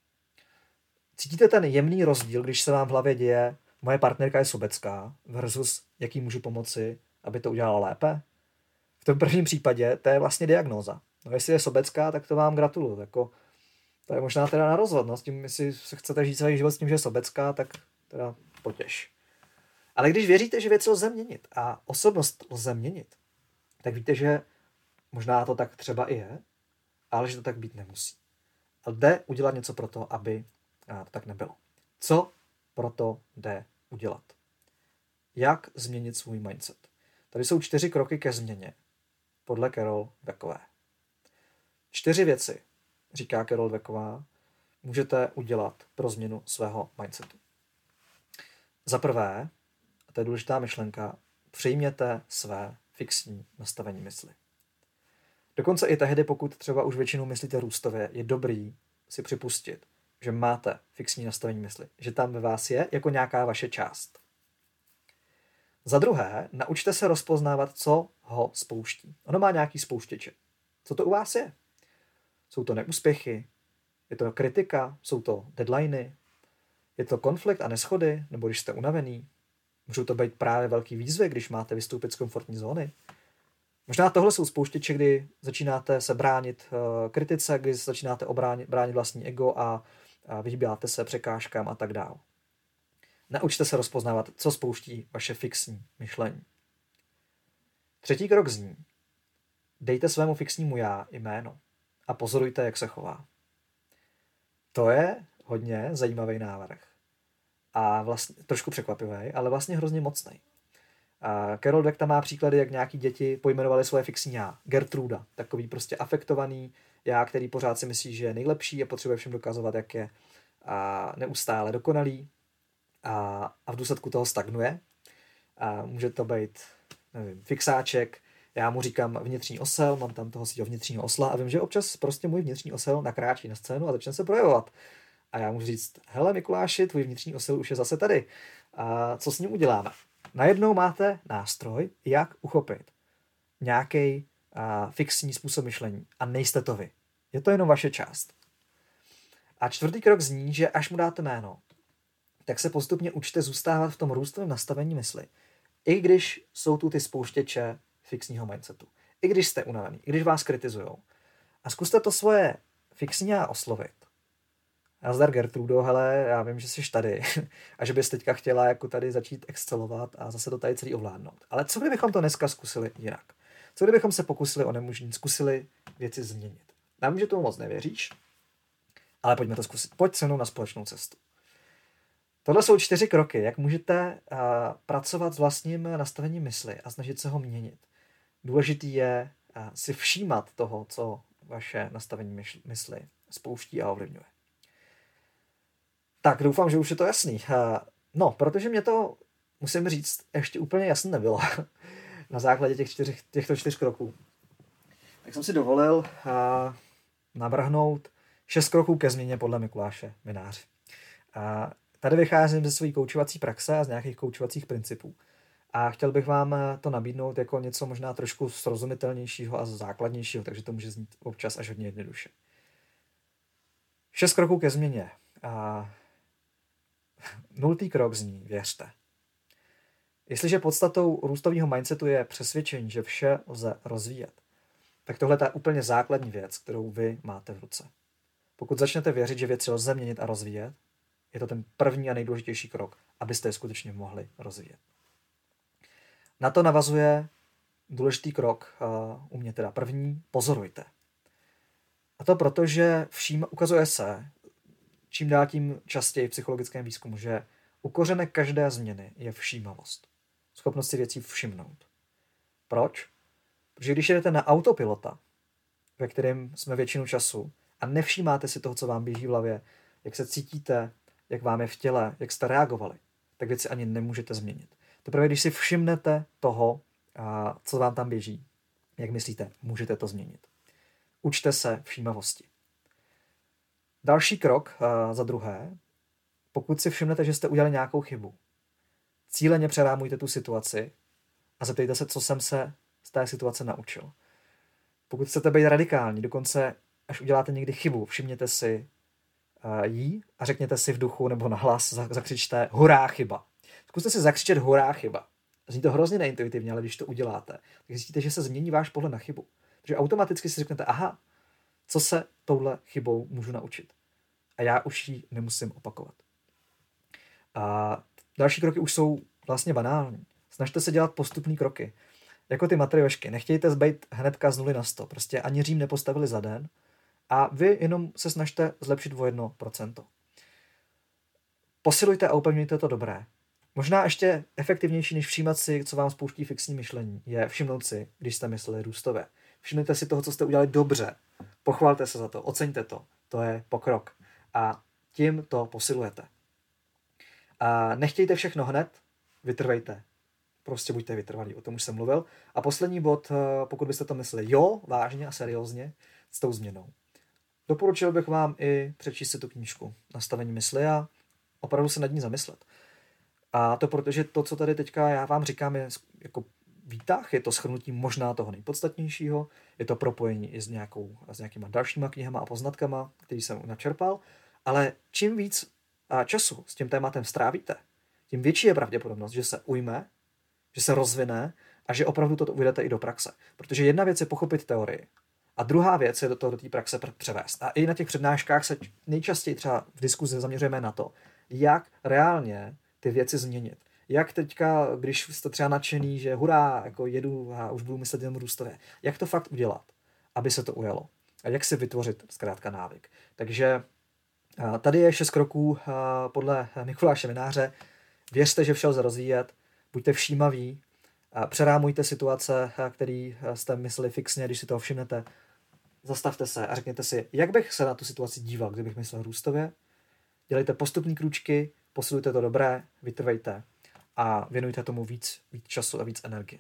Cítíte ten jemný rozdíl, když se vám v hlavě děje, moje partnerka je sobecká versus jaký můžu pomoci, aby to udělala lépe? V tom prvním případě to je vlastně diagnóza. No, jestli je sobecká, tak to vám gratuluju. Jako, to je možná teda na rozhod. No, s tím, jestli se chcete žít celý život s tím, že je sobecká, tak teda potěš. Ale když věříte, že věci lze měnit a osobnost lze měnit, tak víte, že možná to tak třeba i je, ale že to tak být nemusí. A jde udělat něco pro to, aby to tak nebylo. Co proto jde udělat? Jak změnit svůj mindset? Tady jsou 4 kroky ke změně podle Carol Dweckové. 4 věci, říká Carol Dwecková, můžete udělat pro změnu svého mindsetu. Za prvé, a to je důležitá myšlenka, přijměte své fixní nastavení mysli. Dokonce i tehdy, pokud třeba už většinou myslíte růstově, je dobrý si připustit, že máte fixní nastavení mysli, že tam ve vás je jako nějaká vaše část. Za druhé, naučte se rozpoznávat, co ho spouští. Ono má nějaký spouštěče. Co to u vás je? Jsou to neúspěchy? Je to kritika? Jsou to deadliny? Je to konflikt a neschody? Nebo když jste unavený? Můžou to být právě velký výzvy, když máte vystoupit z komfortní zóny? Možná tohle jsou spouštěče, kdy začínáte se bránit kritice, kdy začínáte bránit vlastní ego a vyhýbáte se překážkám a tak dále. Naučte se rozpoznávat, co spouští vaše fixní myšlení. 3. krok zní, dejte svému fixnímu já jméno a pozorujte, jak se chová. To je hodně zajímavý návrh a vlastně trošku překvapivý, ale vlastně hrozně mocný. Carol Dweck tam má příklady, jak nějaký děti pojmenovali svoje fixní já. Gertruda, takový prostě afektovaný já, který pořád si myslí, že je nejlepší a potřebuje všem dokazovat, jak je neustále dokonalý a v důsledku toho stagnuje. Může to být, nevím, fixáček, já mu říkám vnitřní osel, mám tam toho svého vnitřního osla a vím, že občas prostě můj vnitřní osel nakráčí na scénu a začne se projevovat. A já můžu říct, hele Mikuláši, tvůj vnitřní osel už je zase tady. A co s ním uděláme? Najednou máte nástroj, jak uchopit nějaký fixní způsob myšlení a nejste to vy. Je to jenom vaše část. A 4. krok zní, že až mu dáte jméno, tak se postupně učte zůstávat v tom růstovém nastavení mysli. I když jsou tu ty spouštěče fixního mindsetu. I když jste unavený, i když vás kritizujou. A zkuste to svoje fixní a oslovit. Nazdar Gertrudo, hele, já vím, že jsi tady a že bys teďka chtěla jako tady začít excelovat a zase to tady celý ovládnout. Ale co kdybychom to dneska zkusili jinak? Co kdybychom se pokusili o nemožný, zkusili věci změnit? Já vím, že tomu moc nevěříš, ale pojďme to zkusit. Pojď se mnou na společnou cestu. Tohle jsou 4 kroky, jak můžete pracovat s vlastním nastavením mysli a snažit se ho měnit. Důležitý je si všímat toho, co vaše nastavení mysli spouští a ovlivňuje. Tak doufám, že už je to jasný. No, protože mě to, musím říct, ještě úplně jasné nebylo na základě těchto 4 kroků. Tak jsem si dovolil navrhnout 6 kroků ke změně podle Mikuláše Mináře. A tady vycházím ze své koučovací praxe a z nějakých koučovacích principů. A chtěl bych vám to nabídnout jako něco možná trošku srozumitelnějšího a základnějšího, takže to může znít občas až hodně jednoduše. 6 kroků ke změně. A 0. krok zní věřte. Jestliže podstatou růstového mindsetu je přesvědčení, že vše lze rozvíjet, tak tohle je úplně základní věc, kterou vy máte v ruce. Pokud začnete věřit, že věci lze měnit a rozvíjet, je to ten první a nejdůležitější krok, abyste je skutečně mohli rozvíjet. Na to navazuje důležitý krok, u mě teda první, pozorujte. A to proto, že ukazuje se, čím dál tím častěji v psychologickém výzkumu, že u kořene každé změny je všímavost. Schopnost si věcí všimnout. Proč? Protože když jedete na autopilota, ve kterém jsme většinu času, a nevšímáte si toho, co vám běží v hlavě, jak se cítíte, jak vám je v těle, jak jste reagovali, tak věci ani nemůžete změnit. Teprve když si všimnete toho, co vám tam běží, jak myslíte, můžete to změnit. Učte se všímavosti. Další krok, za druhé, pokud si všimnete, že jste udělali nějakou chybu, cíleně přerámujte tu situaci a zeptejte se, co jsem se z té situace naučil. Pokud chcete být radikální, dokonce až uděláte někdy chybu, všimněte si jí a řekněte si v duchu nebo nahlas, zakřičte hurá chyba. Zkuste si zakřičet hurá chyba. Zní to hrozně neintuitivně, ale když to uděláte, tak zjistíte, že se změní váš pohled na chybu. Takže automaticky si řeknete, aha, co se touhle chybou můžu naučit. A já už ji nemusím opakovat. A další kroky už jsou vlastně banální. Snažte se dělat postupné kroky. Jako ty matriošky. Nechtějte zbejt hnedka z 0 na 100. Prostě ani Řím nepostavili za den. A vy jenom se snažte zlepšit o 1%. Posilujte a upevňujte to dobré. Možná ještě efektivnější, než všímat si, co vám spouští fixní myšlení, je všimnout si, když jste mysleli růstově. Všimněte si toho, co jste udělali dobře. Pochvalte se za to, oceňte to. To je pokrok. A tím to posilujete. A nechtějte všechno hned, vytrvejte. Prostě buďte vytrvalí, o tom už jsem mluvil. A poslední bod, pokud byste to mysleli vážně a seriózně, s tou změnou. Doporučil bych vám i přečíst si tu knížku Nastavení mysli a opravdu se nad ní zamyslet. A to protože to, co tady teďka já vám říkám, je jako výtah, je to shrnutí možná toho nejpodstatnějšího, je to propojení i s nějakýma dalšíma knihama a poznatkama, který jsem načerpal, ale čím víc času s tím tématem strávíte, tím větší je pravděpodobnost, že se ujme, že se rozvine a že opravdu to uvedete i do praxe. Protože jedna věc je pochopit teorii a druhá věc je do té praxe převést. A i na těch přednáškách se nejčastěji třeba v diskuzi zaměřujeme na to, jak reálně ty věci změnit. Jak teďka, když jste třeba nadšený, že hurá, jako jedu a už budu myslet jenom růstově, jak to fakt udělat, aby se to ujalo. A jak si vytvořit zkrátka návyk. Takže tady je 6 kroků podle Mikuláše Mináře. Věřte, že vše lze rozvíjet, buďte všímaví, přerámujte situace, které jste mysleli fixně, když si toho všimnete, zastavte se a řekněte si, jak bych se na tu situaci díval, kdybych myslel růstově. Dělejte postupné krůčky, posilujte to dobré, vytrvejte a věnujte tomu víc času a víc energie.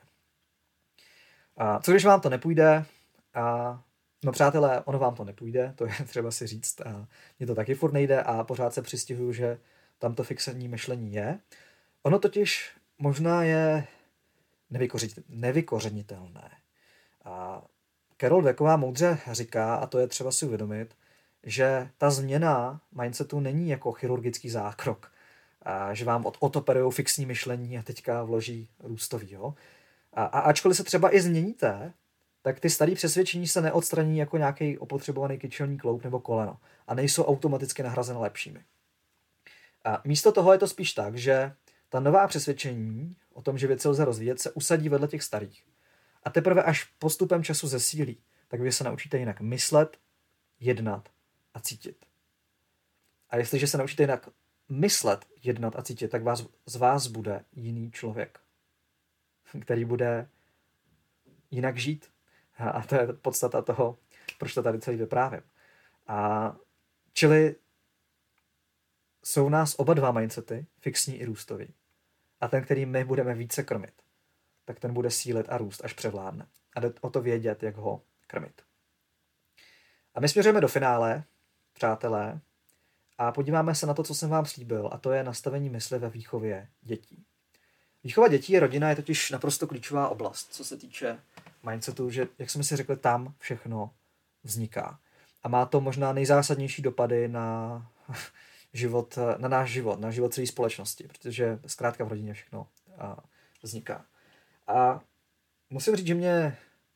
Co když vám to nepůjde? No přátelé, ono vám to nepůjde, to je třeba si říct. Mně to taky furt nejde a pořád se přistihuju, že tam to fixní myšlení je. Ono totiž možná je nevykořenitelné. Carol Dwecková moudře říká, a to je třeba si uvědomit, že ta změna mindsetu není jako chirurgický zákrok, že vám odoperujou fixní myšlení a teďka vloží růstový. Jo? A ačkoliv se třeba i změníte, tak ty staré přesvědčení se neodstraní jako nějaký opotřebovaný kyčelní kloub nebo koleno a nejsou automaticky nahrazeny lepšími. A místo toho je to spíš tak, že ta nová přesvědčení o tom, že věci lze rozvíjet, se usadí vedle těch starých. A teprve až postupem času zesílí, tak vy se naučíte jinak myslet, jednat a cítit. A jestliže se naučíte jinak myslet, jednat a cítit, tak z vás bude jiný člověk, který bude jinak žít. A to je podstata toho, proč to tady celý vyprávím. Čili jsou u nás oba dva mindsety, fixní i růstový. A ten, který my budeme více krmit, tak ten bude sílit a růst, až převládne. A jde o to vědět, jak ho krmit. A my směřujeme do finále, přátelé, a podíváme se na to, co jsem vám slíbil, a to je nastavení mysli ve výchově dětí. Výchova dětí a rodina je totiž naprosto klíčová oblast, co se týče mindsetu, že, jak jsme si řekli, tam všechno vzniká. A má to možná nejzásadnější dopady na život, na život celé společnosti, protože zkrátka v rodině všechno vzniká. A musím říct, že mě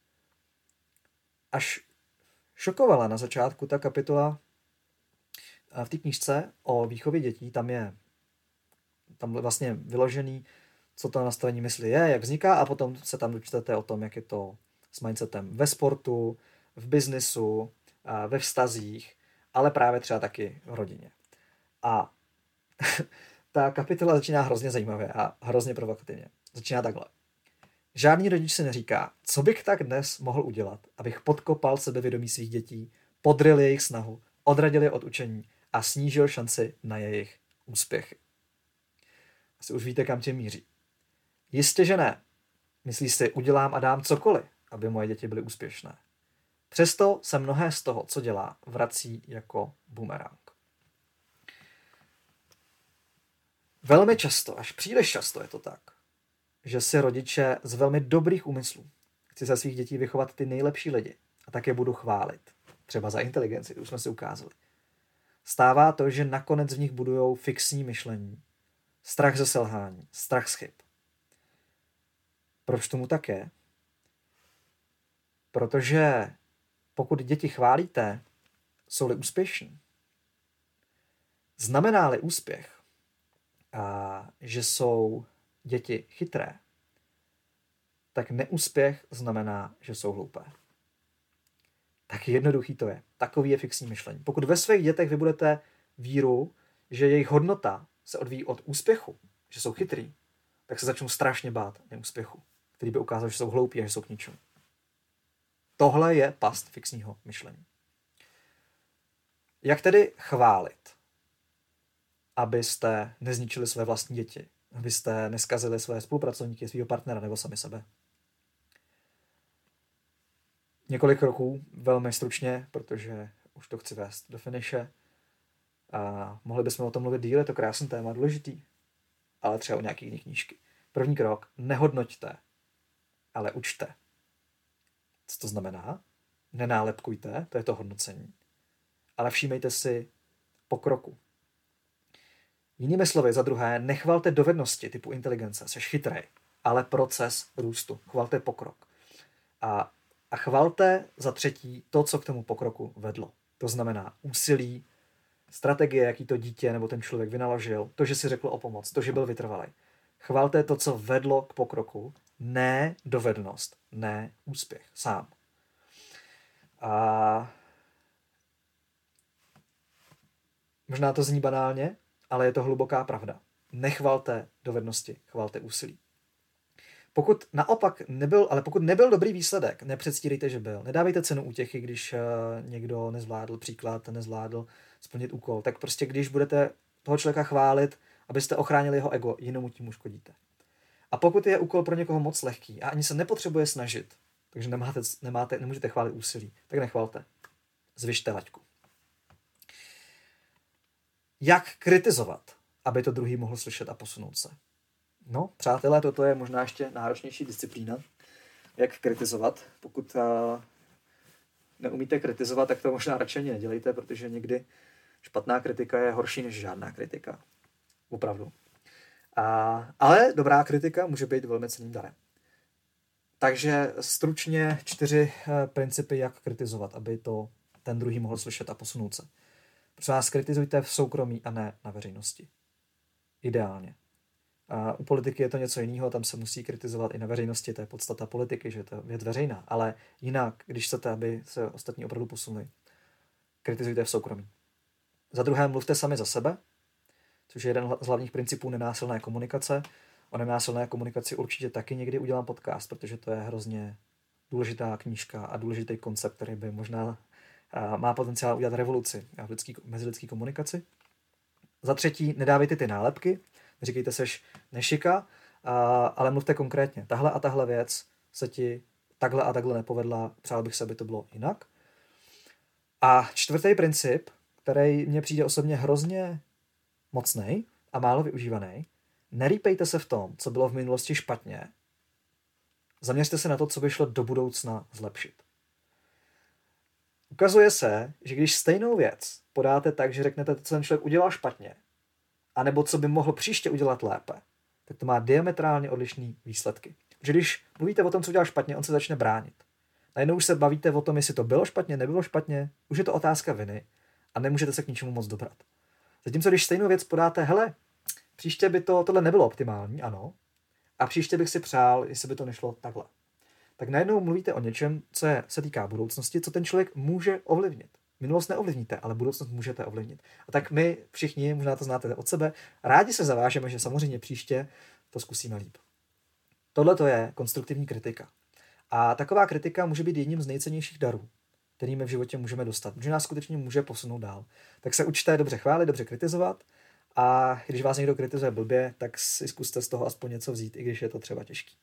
až šokovala na začátku ta kapitola v té knížce o výchově dětí. Tam je vlastně vyložený, co to nastavení mysli je, jak vzniká, a potom se tam dočtete o tom, jak je to s mindsetem ve sportu, v biznisu, ve vztazích, ale právě třeba taky v rodině. A ta kapitola začíná hrozně zajímavě a hrozně provokativně. Začíná takhle. Žádný rodič si neříká, co bych tak dnes mohl udělat, abych podkopal sebevědomí svých dětí, podryl jejich snahu, odradil je od učení a snížil šanci na jejich úspěchy. Asi už víte, kam tě míří. Jistě, že ne. Myslíš si, udělám a dám cokoliv, aby moje děti byly úspěšné. Přesto se mnohé z toho, co dělá, vrací jako bumerang. Velmi často, až příliš často je to tak, že si rodiče z velmi dobrých úmyslů chci ze svých dětí vychovat ty nejlepší lidi a tak je budu chválit. Třeba za inteligenci, to už jsme si ukázali. Stává to, že nakonec v nich budujou fixní myšlení, strach ze selhání, strach z chyb. Proč tomu tak je? Protože pokud děti chválíte, jsou-li úspěšní, znamená-li úspěch, že jsou děti chytré, tak neúspěch znamená, že jsou hloupé. Tak jednoduchý to je. Takový je fixní myšlení. Pokud ve svých dětech vy budete víru, že jejich hodnota se odvíjí od úspěchu, že jsou chytrý, tak se začnou strašně bát neúspěchu, který by ukázal, že jsou hloupí a že jsou k ničemu. Tohle je past fixního myšlení. Jak tedy chválit, abyste nezničili své vlastní děti, abyste neskazili své spolupracovníky, svého partnera nebo sami sebe? Několik kroků, velmi stručně, protože už to chci vést do finiše. A mohli bychom o tom mluvit díl, je to krásný téma, důležitý, ale třeba o nějaký jiný knížky. První krok, nehodnoťte, ale učte. Co to znamená? Nenálepkujte, to je to hodnocení, ale všímejte si pokroku. Jinými slovy, za druhé, nechvalte dovednosti typu inteligence, seš chytrej, ale proces růstu. Chvalte pokrok. A chvalte za třetí to, co k tomu pokroku vedlo. To znamená úsilí, strategie, jaký to dítě nebo ten člověk vynaložil, to, že si řekl o pomoc, to, že byl vytrvalý. Chvalte to, co vedlo k pokroku, ne dovednost, ne úspěch sám. A možná to zní banálně, ale je to hluboká pravda. Nechvalte dovednosti, chvalte úsilí. Pokud nebyl dobrý výsledek, nepředstírejte, že byl. Nedávejte cenu útěchy, když někdo nezvládl splnit úkol. Tak prostě, když budete toho člověka chválit, abyste ochránili jeho ego, jinému tím uškodíte. A pokud je úkol pro někoho moc lehký a ani se nepotřebuje snažit, takže nemůžete chválit úsilí, tak nechvalte. Zvyšte laťku. Jak kritizovat, aby to druhý mohl slyšet a posunout se? No, přátelé, toto je možná ještě náročnější disciplína. Jak kritizovat? Pokud neumíte kritizovat, tak to možná radši ani nedělejte, protože někdy špatná kritika je horší než žádná kritika. Opravdu. Ale dobrá kritika může být velmi cenným darem. Takže stručně 4 principy, jak kritizovat, aby to ten druhý mohl slyšet a posunout se. Prosím vás, kritizujte v soukromí a ne na veřejnosti. Ideálně. U politiky je to něco jiného, tam se musí kritizovat i na veřejnosti, to je podstata politiky, že je to věc veřejná, ale jinak, když chcete, aby se ostatní opravdu posunuli, kritizujte v soukromí. Za druhé, mluvte sami za sebe, což je jeden z hlavních principů nenásilné komunikace. O nenásilné komunikaci určitě taky někdy udělám podcast, protože to je hrozně důležitá knížka a důležitý koncept, který by možná má potenciál udělat revoluci v mezilidské komunikaci. Za třetí, nedávejte ty nálepky, neříkejte seš nešika, ale mluvte konkrétně. Tahle a tahle věc se ti takhle a takhle nepovedla, přál bych se, aby to bylo jinak. A čtvrtý princip, který mně přijde osobně hrozně mocnej a málo využívaný, nerýpejte se v tom, co bylo v minulosti špatně. Zaměřte se na to, co by šlo do budoucna zlepšit. Ukazuje se, že když stejnou věc podáte tak, že řeknete, co ten člověk udělal špatně, anebo co by mohl příště udělat lépe, tak to má diametrálně odlišné výsledky. Že když mluvíte o tom, co udělal špatně, on se začne bránit. Najednou už se bavíte o tom, jestli to bylo špatně, nebylo špatně, už je to otázka viny a nemůžete se k ničemu moc dobrat. Zatímco když stejnou věc podáte, hele, příště by tohle nebylo optimální, ano, a příště bych si přál, jestli by to nešlo takhle. Tak najednou mluvíte o něčem, co se týká budoucnosti, co ten člověk může ovlivnit. Minulost neovlivníte, ale budoucnost můžete ovlivnit. A tak my všichni, možná to znáte od sebe, rádi se zavážeme, že samozřejmě příště to zkusíme líp. Tohle to je konstruktivní kritika. A taková kritika může být jedním z nejcennějších darů, kterými v životě můžeme dostat, protože nás skutečně může posunout dál. Tak se učte dobře chválit, dobře kritizovat a když vás někdo kritizuje blbě, tak si zkuste z toho aspoň něco vzít, i když je to třeba těžký.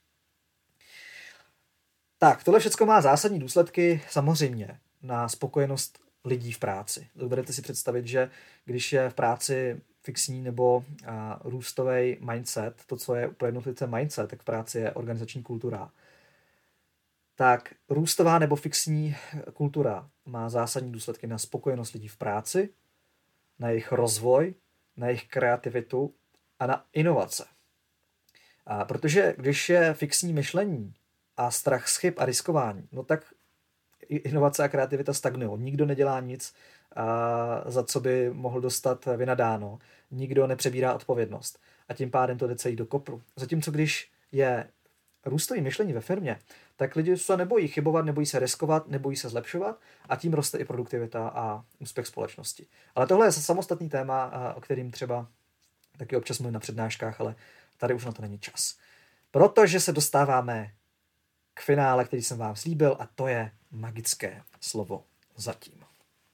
Tak, tohle všechno má zásadní důsledky samozřejmě na spokojenost lidí v práci. Dovedete si představit, že když je v práci fixní nebo růstový mindset, to, co je úplně jednotlivce mindset, tak v práci je organizační kultura. Tak růstová nebo fixní kultura má zásadní důsledky na spokojenost lidí v práci, na jejich rozvoj, na jejich kreativitu a na inovace. Protože když je fixní myšlení a strach z chyb a riskování, no tak inovace a kreativita stagnují. Nikdo nedělá nic, za co by mohl dostat vynadáno. Nikdo nepřebírá odpovědnost. A tím pádem to jde celý do kopru. Zatímco když je růstový myšlení ve firmě, tak lidi se nebojí chybovat, nebojí se riskovat, nebojí se zlepšovat a tím roste i produktivita a úspěch společnosti. Ale tohle je samostatný téma, o kterým třeba taky občas mluvím na přednáškách, ale tady už na to není čas. Protože se dostáváme k finále, který jsem vám slíbil, a to je magické slovo zatím.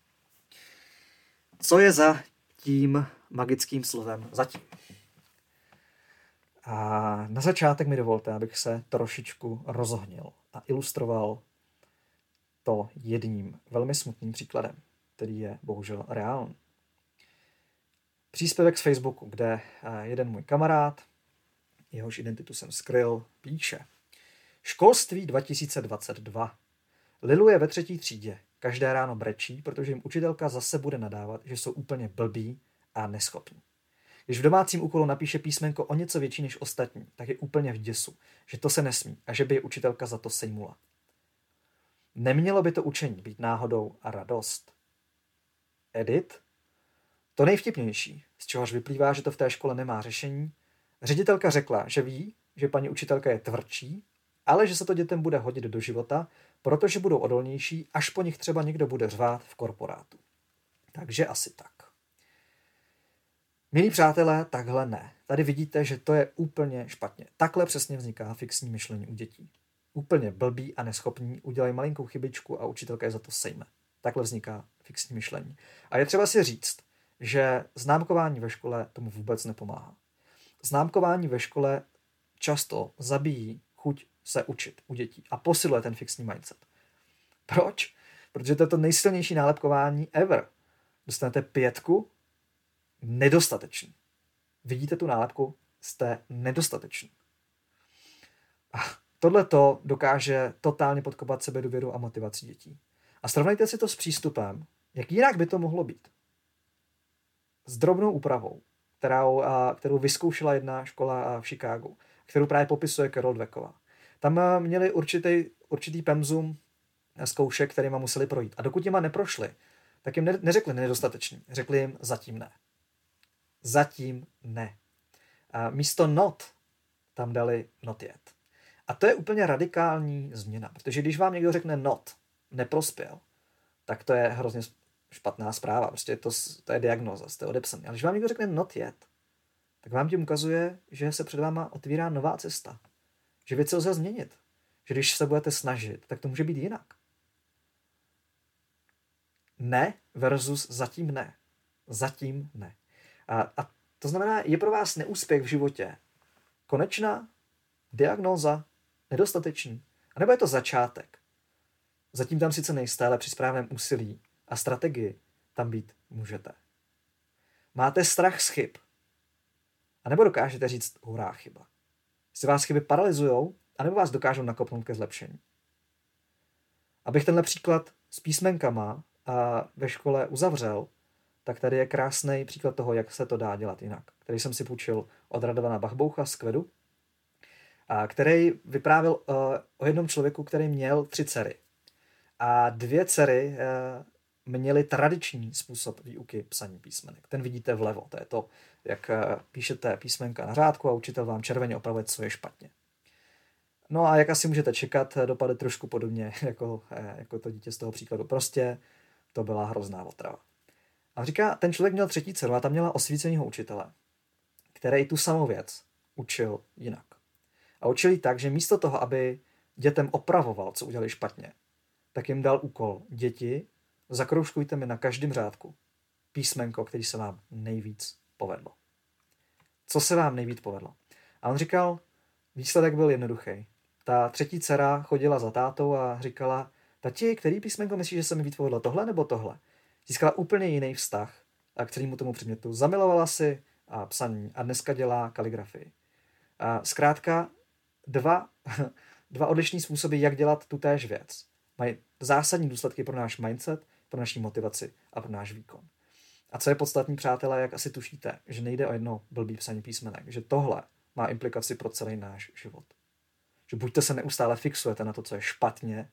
Co je za tím magickým slovem zatím? A na začátek mi dovolte, abych se trošičku rozohnil a ilustroval to jedním velmi smutným příkladem, který je bohužel reálný. Příspěvek z Facebooku, kde jeden můj kamarád, jehož identitu jsem skryl, píše: Školství 2022. Lilu je ve 3. třídě. Každé ráno brečí, protože jim učitelka zase bude nadávat, že jsou úplně blbí a neschopní. Když v domácím úkolu napíše písmenko o něco větší než ostatní, tak je úplně v děsu, že to se nesmí a že by je učitelka za to sejmula. Nemělo by to učení být náhodou a radost. Edit? To nejvtipnější, z čehož vyplývá, že to v té škole nemá řešení. Ředitelka řekla, že ví, že paní učitelka je tvrdší, ale že se to dětem bude hodit do života, protože budou odolnější, až po nich třeba někdo bude řvát v korporátu. Takže asi tak. Milí přátelé, takhle ne. Tady vidíte, že to je úplně špatně. Takhle přesně vzniká fixní myšlení u dětí. Úplně blbí a neschopní, udělají malinkou chybičku a učitelka je za to sejme. Takhle vzniká fixní myšlení. A je třeba si říct, že známkování ve škole tomu vůbec nepomáhá. Známkování ve škole často zabíjí chuť se učit u dětí a posiluje ten fixní mindset. Proč? Protože to je to nejsilnější nálepkování ever. Dostanete 5, nedostatečný. Vidíte tu nálepku? Jste nedostatečný. A tohleto dokáže totálně podkopat sebedůvěru a motivaci dětí. A srovnejte si to s přístupem, jak jinak by to mohlo být. S drobnou úpravou, kterou vyzkoušela jedna škola v Chicagu, kterou právě popisuje Carol Dwecková. Tam měli určitý pemzum zkoušek, kterýma museli projít. A dokud těma neprošli, tak jim neřekli nedostatečný. Řekli jim zatím ne. Zatím ne. A místo not tam dali not yet. A to je úplně radikální změna, protože když vám někdo řekne not, neprospěl, tak to je hrozně špatná zpráva. Prostě to je diagnóza, jste odepsaný. Ale když vám někdo řekne not yet, tak vám tím ukazuje, že se před váma otvírá nová cesta. Že věci lze změnit. Že když se budete snažit, tak to může být jinak. Ne versus zatím ne. Zatím ne. A to znamená, je pro vás neúspěch v životě konečná diagnóza, nedostatečný, anebo je to začátek. Zatím tam sice nejste, ale při správném úsilí a strategii tam být můžete. Máte strach z chyb, anebo dokážete říct hurá chyba. Jestli vás chyby paralyzujou, anebo vás dokážou nakopnout ke zlepšení. Abych tenhle příklad s písmenkama a ve škole uzavřel, tak tady je krásný příklad toho, jak se to dá dělat jinak, který jsem si půjčil od Radovana Bachboucha z Kvedu, který vyprávěl o jednom člověku, který měl 3 dcery. A 2 dcery měly tradiční způsob výuky psaní písmenek. Ten vidíte vlevo, to je to, jak píšete písmenka na řádku a učitel vám červeně opravuje, co je špatně. No a jak asi můžete čekat, dopadne trošku podobně jako to dítě z toho příkladu. Prostě to byla hrozná otrava. A říká, ten člověk měl 3. dceru a tam měla osvícenýho učitele, který tu samou věc učil jinak. A učil ji tak, že místo toho, aby dětem opravoval, co udělali špatně, tak jim dal úkol: děti, zakroužkujte mi na každém řádku písmenko, který se vám nejvíc povedlo. Co se vám nejvíc povedlo? A on říkal, výsledek byl jednoduchý. Ta 3. dcera chodila za tátou a říkala: tati, který písmenko myslíš, že se mi víc povedlo, tohle nebo tohle? Získala úplně jiný vztah k celému tomu předmětu. Zamilovala si psaní a dneska dělá kaligrafii. A zkrátka dva odlišný způsoby, jak dělat tu též věc. Mají zásadní důsledky pro náš mindset, pro naši motivaci a pro náš výkon. A co je podstatný, přátelé, jak asi tušíte, že nejde o jedno blbý psaní písmenek, že tohle má implikaci pro celý náš život. Že buďte se neustále fixujete na to, co je špatně,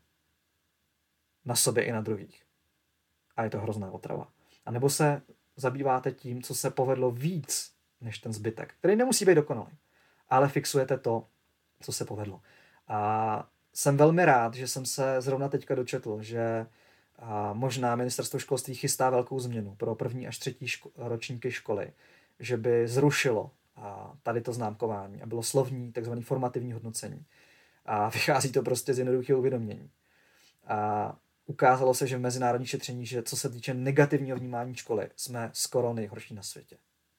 na sobě i na druhých. A je to hrozná otrava. A nebo se zabýváte tím, co se povedlo víc než ten zbytek, který nemusí být dokonalý, ale fixujete to, co se povedlo. A jsem velmi rád, že jsem se zrovna teďka dočetl, že možná ministerstvo školství chystá velkou změnu pro 1. až 3. ročníky školy, že by zrušilo tady to známkování a bylo slovní, takzvané formativní hodnocení. A vychází to prostě z jednoduchého uvědomění. A ukázalo se, že v mezinárodní šetření, že co se týče negativního vnímání školy, jsme skoro nejhorší na světě.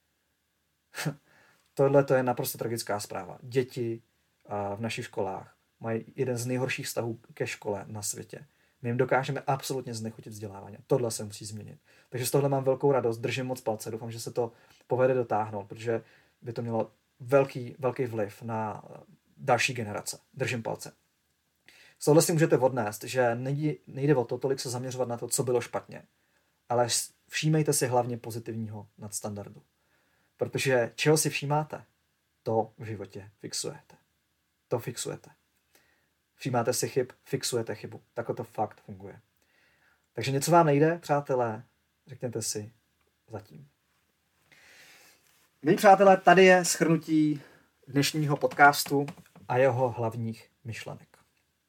Tohle to je naprosto tragická zpráva. Děti v našich školách mají jeden z nejhorších vztahů ke škole na světě. My jim dokážeme absolutně znechutit vzdělávání. Tohle se musí změnit. Takže z tohle mám velkou radost, držím moc palce, doufám, že se to povede dotáhnout, protože by to mělo velký vliv na další generace. Držím palce. Z tohle si můžete odnést, že nejde o to tolik se zaměřovat na to, co bylo špatně, ale všímejte si hlavně pozitivního nadstandardu. Protože čeho si všímáte, to v životě fixujete. To fixujete. Všímáte si chyb, fixujete chybu. Takhle to fakt funguje. Takže něco vám nejde, přátelé, řekněte si zatím. Milí přátelé, tady je shrnutí dnešního podcastu a jeho hlavních myšlenek.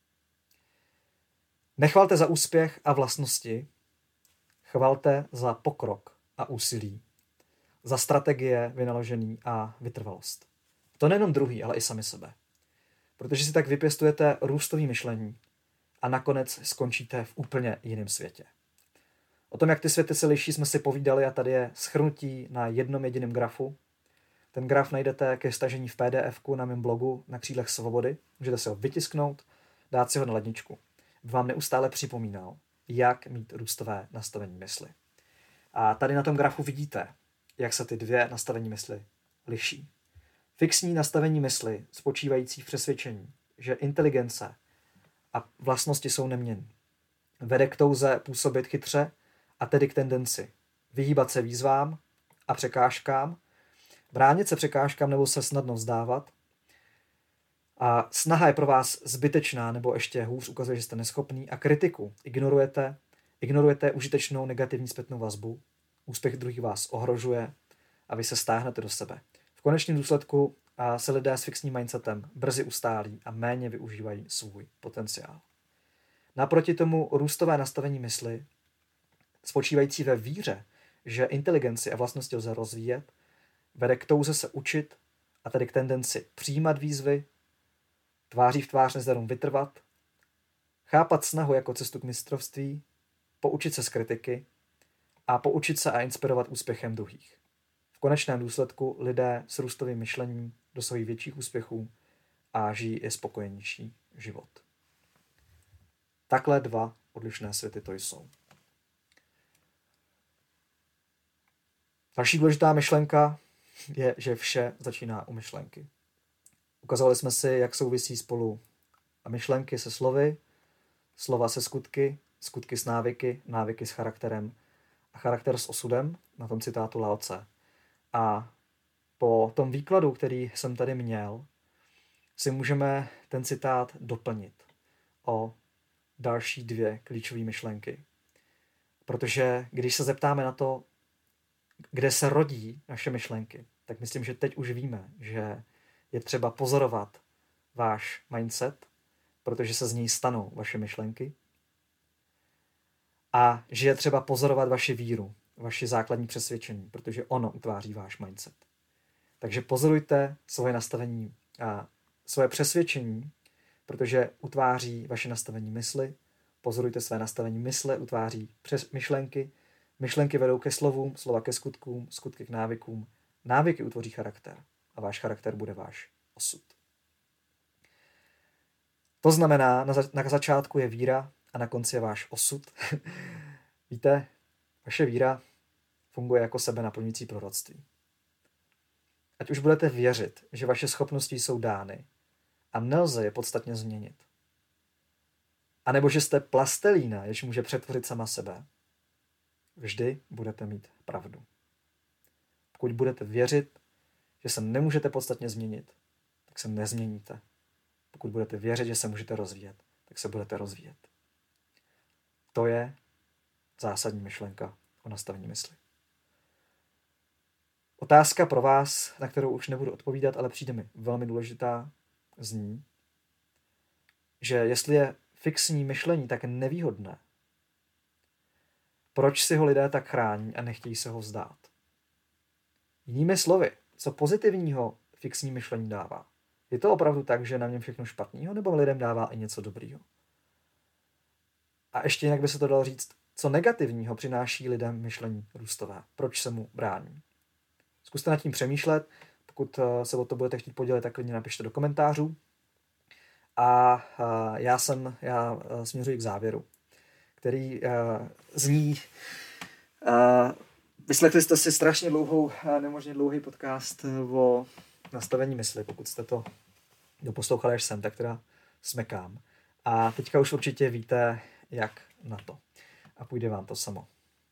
Nechvalte za úspěch a vlastnosti, chvalte za pokrok a úsilí, za strategie vynaložený a vytrvalost. To nejenom druhý, ale i sami sebe. Protože si tak vypěstujete růstový myšlení a nakonec skončíte v úplně jiném světě. O tom, jak ty světy se liší, jsme si povídali a tady je shrnutí na jednom jediném grafu. Ten graf najdete ke stažení v PDF-ku na mém blogu na Křídlech svobody. Můžete si ho vytisknout, dát si ho na ledničku. Vám neustále připomínal, jak mít růstové nastavení mysli. A tady na tom grafu vidíte, jak se ty 2 nastavení mysli liší. Fixní nastavení mysli, spočívající v přesvědčení, že inteligence a vlastnosti jsou neměnné, vede k touze působit chytře a tedy k tendenci vyhýbat se výzvám a překážkám, bránit se překážkám nebo se snadno vzdávat. A snaha je pro vás zbytečná nebo ještě hůř ukazuje, že jste neschopný a kritiku ignorujete užitečnou negativní zpětnou vazbu, úspěch druhých vás ohrožuje a vy se stáhnete do sebe. V konečném důsledku se lidé s fixním mindsetem brzy ustálí a méně využívají svůj potenciál. Naproti tomu růstové nastavení mysli, spočívající ve víře, že inteligenci a vlastnosti lze rozvíjet, vede k touze se učit a tedy k tendenci přijímat výzvy, tváří v tvář nezdarům vytrvat, chápat snahu jako cestu k mistrovství, poučit se z kritiky a poučit se a inspirovat úspěchem druhých. V konečném důsledku lidé s růstovým myšlením dosahují větších úspěchů a žijí i spokojenější život. Takhle dva odlišné světy to jsou. Další důležitá myšlenka je, že vše začíná u myšlenky. Ukazovali jsme si, jak souvisí spolu myšlenky se slovy, slova se skutky, skutky s návyky, návyky s charakterem a charakter s osudem na tom citátu Lao Tse. A po tom výkladu, který jsem tady měl, si můžeme ten citát doplnit o další dvě klíčové myšlenky. Protože když se zeptáme na to, kde se rodí naše myšlenky, tak myslím, že teď už víme, že je třeba pozorovat váš mindset, protože se z něj stanou vaše myšlenky. A že je třeba pozorovat vaši víru, vaše základní přesvědčení, protože ono utváří váš mindset. Takže pozorujte svoje nastavení a svoje přesvědčení, protože utváří vaše nastavení mysli. Pozorujte své nastavení mysle, utváří myšlenky. Myšlenky vedou ke slovům, slova ke skutkům, skutky k návykům. Návyky utvoří charakter a váš charakter bude váš osud. To znamená, na začátku je víra a na konci je váš osud. Víte, vaše víra funguje jako sebenaplňující proroctví. Ať už budete věřit, že vaše schopnosti jsou dány a nelze je podstatně změnit. A nebo že jste plastelína, jež může přetvořit sama sebe, vždy budete mít pravdu. Pokud budete věřit, že se nemůžete podstatně změnit, tak se nezměníte. Pokud budete věřit, že se můžete rozvíjet, tak se budete rozvíjet. To je zásadní myšlenka o nastavení mysli. Otázka pro vás, na kterou už nebudu odpovídat, ale přijde mi velmi důležitá, zní, že jestli je fixní myšlení tak nevýhodné, proč si ho lidé tak chrání a nechtějí se ho vzdát? Jinými slovy, co pozitivního fixní myšlení dává? Je to opravdu tak, že na něm všechno špatného, nebo lidem dává i něco dobrýho? A ještě jinak by se to dalo říct, co negativního přináší lidem myšlení růstové? Proč se mu brání? Zkuste nad tím přemýšlet. Pokud se o to budete chtít podělit, tak klidně napište do komentářů. A já směřuji k závěru, který zní... Vyslechli jste si strašně nemožně dlouhý podcast o nastavení mysli. Pokud jste to doposlouchali až sem, tak teda smekám. A teďka už určitě víte, jak na to. A půjde vám to samo.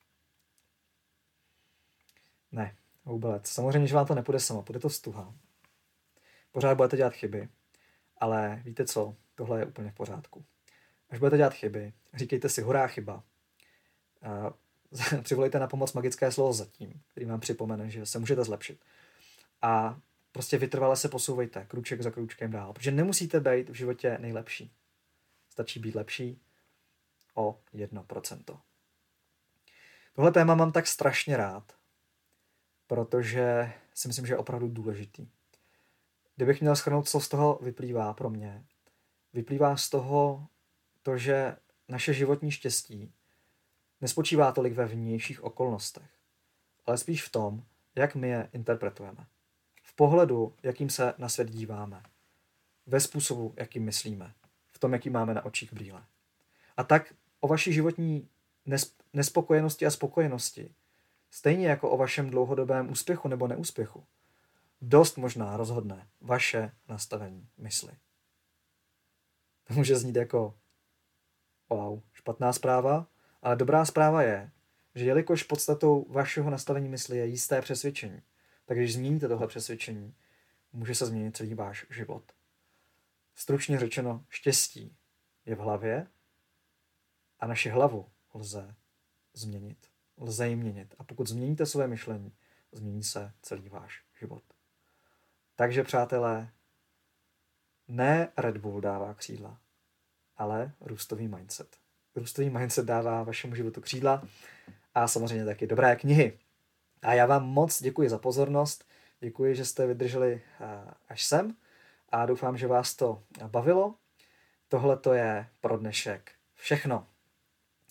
Ne, vůbec. Samozřejmě, že vám to nepůjde samo, půjde to stuha. Pořád budete dělat chyby, ale víte co, tohle je úplně v pořádku. Až budete dělat chyby, říkejte si hurá chyba. Přivolejte na pomoc magické slovo zatím, který vám připomene, že se můžete zlepšit. A prostě vytrvale se posouvejte krůček za krůčkem dál, protože nemusíte být v životě nejlepší. Stačí být lepší o 1%. Tohle téma mám tak strašně rád, protože si myslím, že je opravdu důležitý. Kdybych měl shrnout, co z toho vyplývá pro mě, vyplývá z toho to, že naše životní štěstí nespočívá tolik ve vnějších okolnostech, ale spíš v tom, jak my je interpretujeme. V pohledu, jakým se na svět díváme. Ve způsobu, jakým myslíme. V tom, jaký máme na očích brýle. A tak o vaší životní nespokojenosti a spokojenosti, stejně jako o vašem dlouhodobém úspěchu nebo neúspěchu, dost možná rozhodne vaše nastavení mysli. To může znít jako wow, špatná zpráva, ale dobrá zpráva je, že jelikož podstatou vašeho nastavení mysli je jisté přesvědčení, tak když změníte tohle přesvědčení, může se změnit celý váš život. Stručně řečeno, štěstí je v hlavě a naši hlavu lze změnit. Lze ji měnit. A pokud změníte své myšlení, změní se celý váš život. Takže, přátelé, ne Red Bull dává křídla, ale růstový mindset. Růstový mindset dává vašemu životu křídla a samozřejmě taky dobré knihy. A já vám moc děkuji za pozornost, děkuji, že jste vydrželi až sem a doufám, že vás to bavilo. Tohle to je pro dnešek všechno.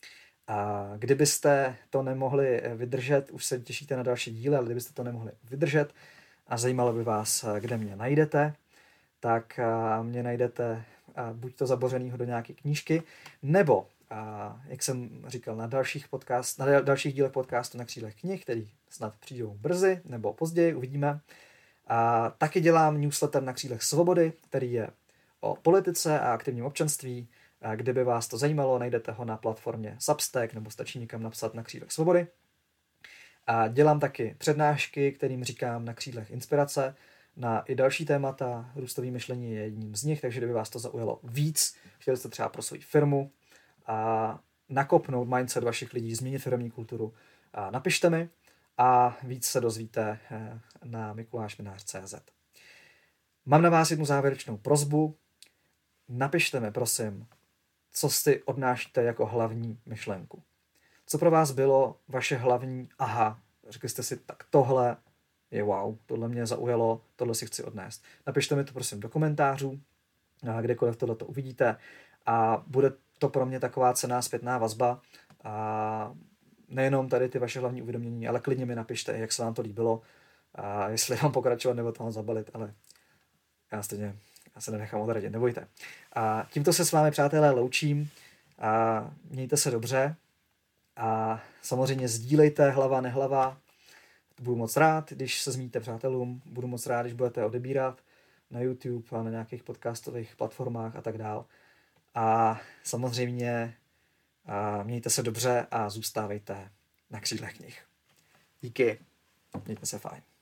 A kdybyste to nemohli vydržet, už se těšíte na další díly, ale kdybyste to nemohli vydržet a zajímalo by vás, kde mě najdete, tak mě najdete buď to zabořenýho do nějaké knížky, nebo, jak jsem říkal, na dalších dílech podcastu Na křídlech knih, který snad přijdou brzy nebo později, uvidíme. A taky dělám newsletter Na křídlech svobody, který je o politice a aktivním občanství. A kdyby vás to zajímalo, najdete ho na platformě Substack nebo stačí někam napsat Na křídlech svobody. A dělám taky přednášky, kterým říkám Na křídlech inspirace, na i další témata. Růstový myšlení je jedním z nich, takže kdyby vás to zaujalo víc, chtěli jste třeba pro svou firmu a nakopnout mindset vašich lidí, změnit firemní kulturu, a napište mi a víc se dozvíte na mikulášminář.cz. Mám na vás jednu závěrečnou prosbu. Napište mi, prosím, co si odnášíte jako hlavní myšlenku. Co pro vás bylo vaše hlavní aha? Řekli jste si, tak tohle je wow, tohle mě zaujalo, tohle si chci odnést. Napište mi to prosím do komentářů, kdekoliv tohleto uvidíte a bude to pro mě taková cenná zpětná vazba a nejenom tady ty vaše hlavní uvědomění, ale klidně mi napište, jak se vám to líbilo a jestli vám pokračovat nebo to zabalit, ale já se nenechám odradit, nebojte. A tímto se s vámi, přátelé, loučím a mějte se dobře a samozřejmě sdílejte hlava, nehlava. Budu moc rád, když se zmíníte přátelům, budu moc rád, když budete odebírat na YouTube a na nějakých podcastových platformách a tak dál. A samozřejmě mějte se dobře a zůstávejte na křídlech knih. Díky, mějte se fajn.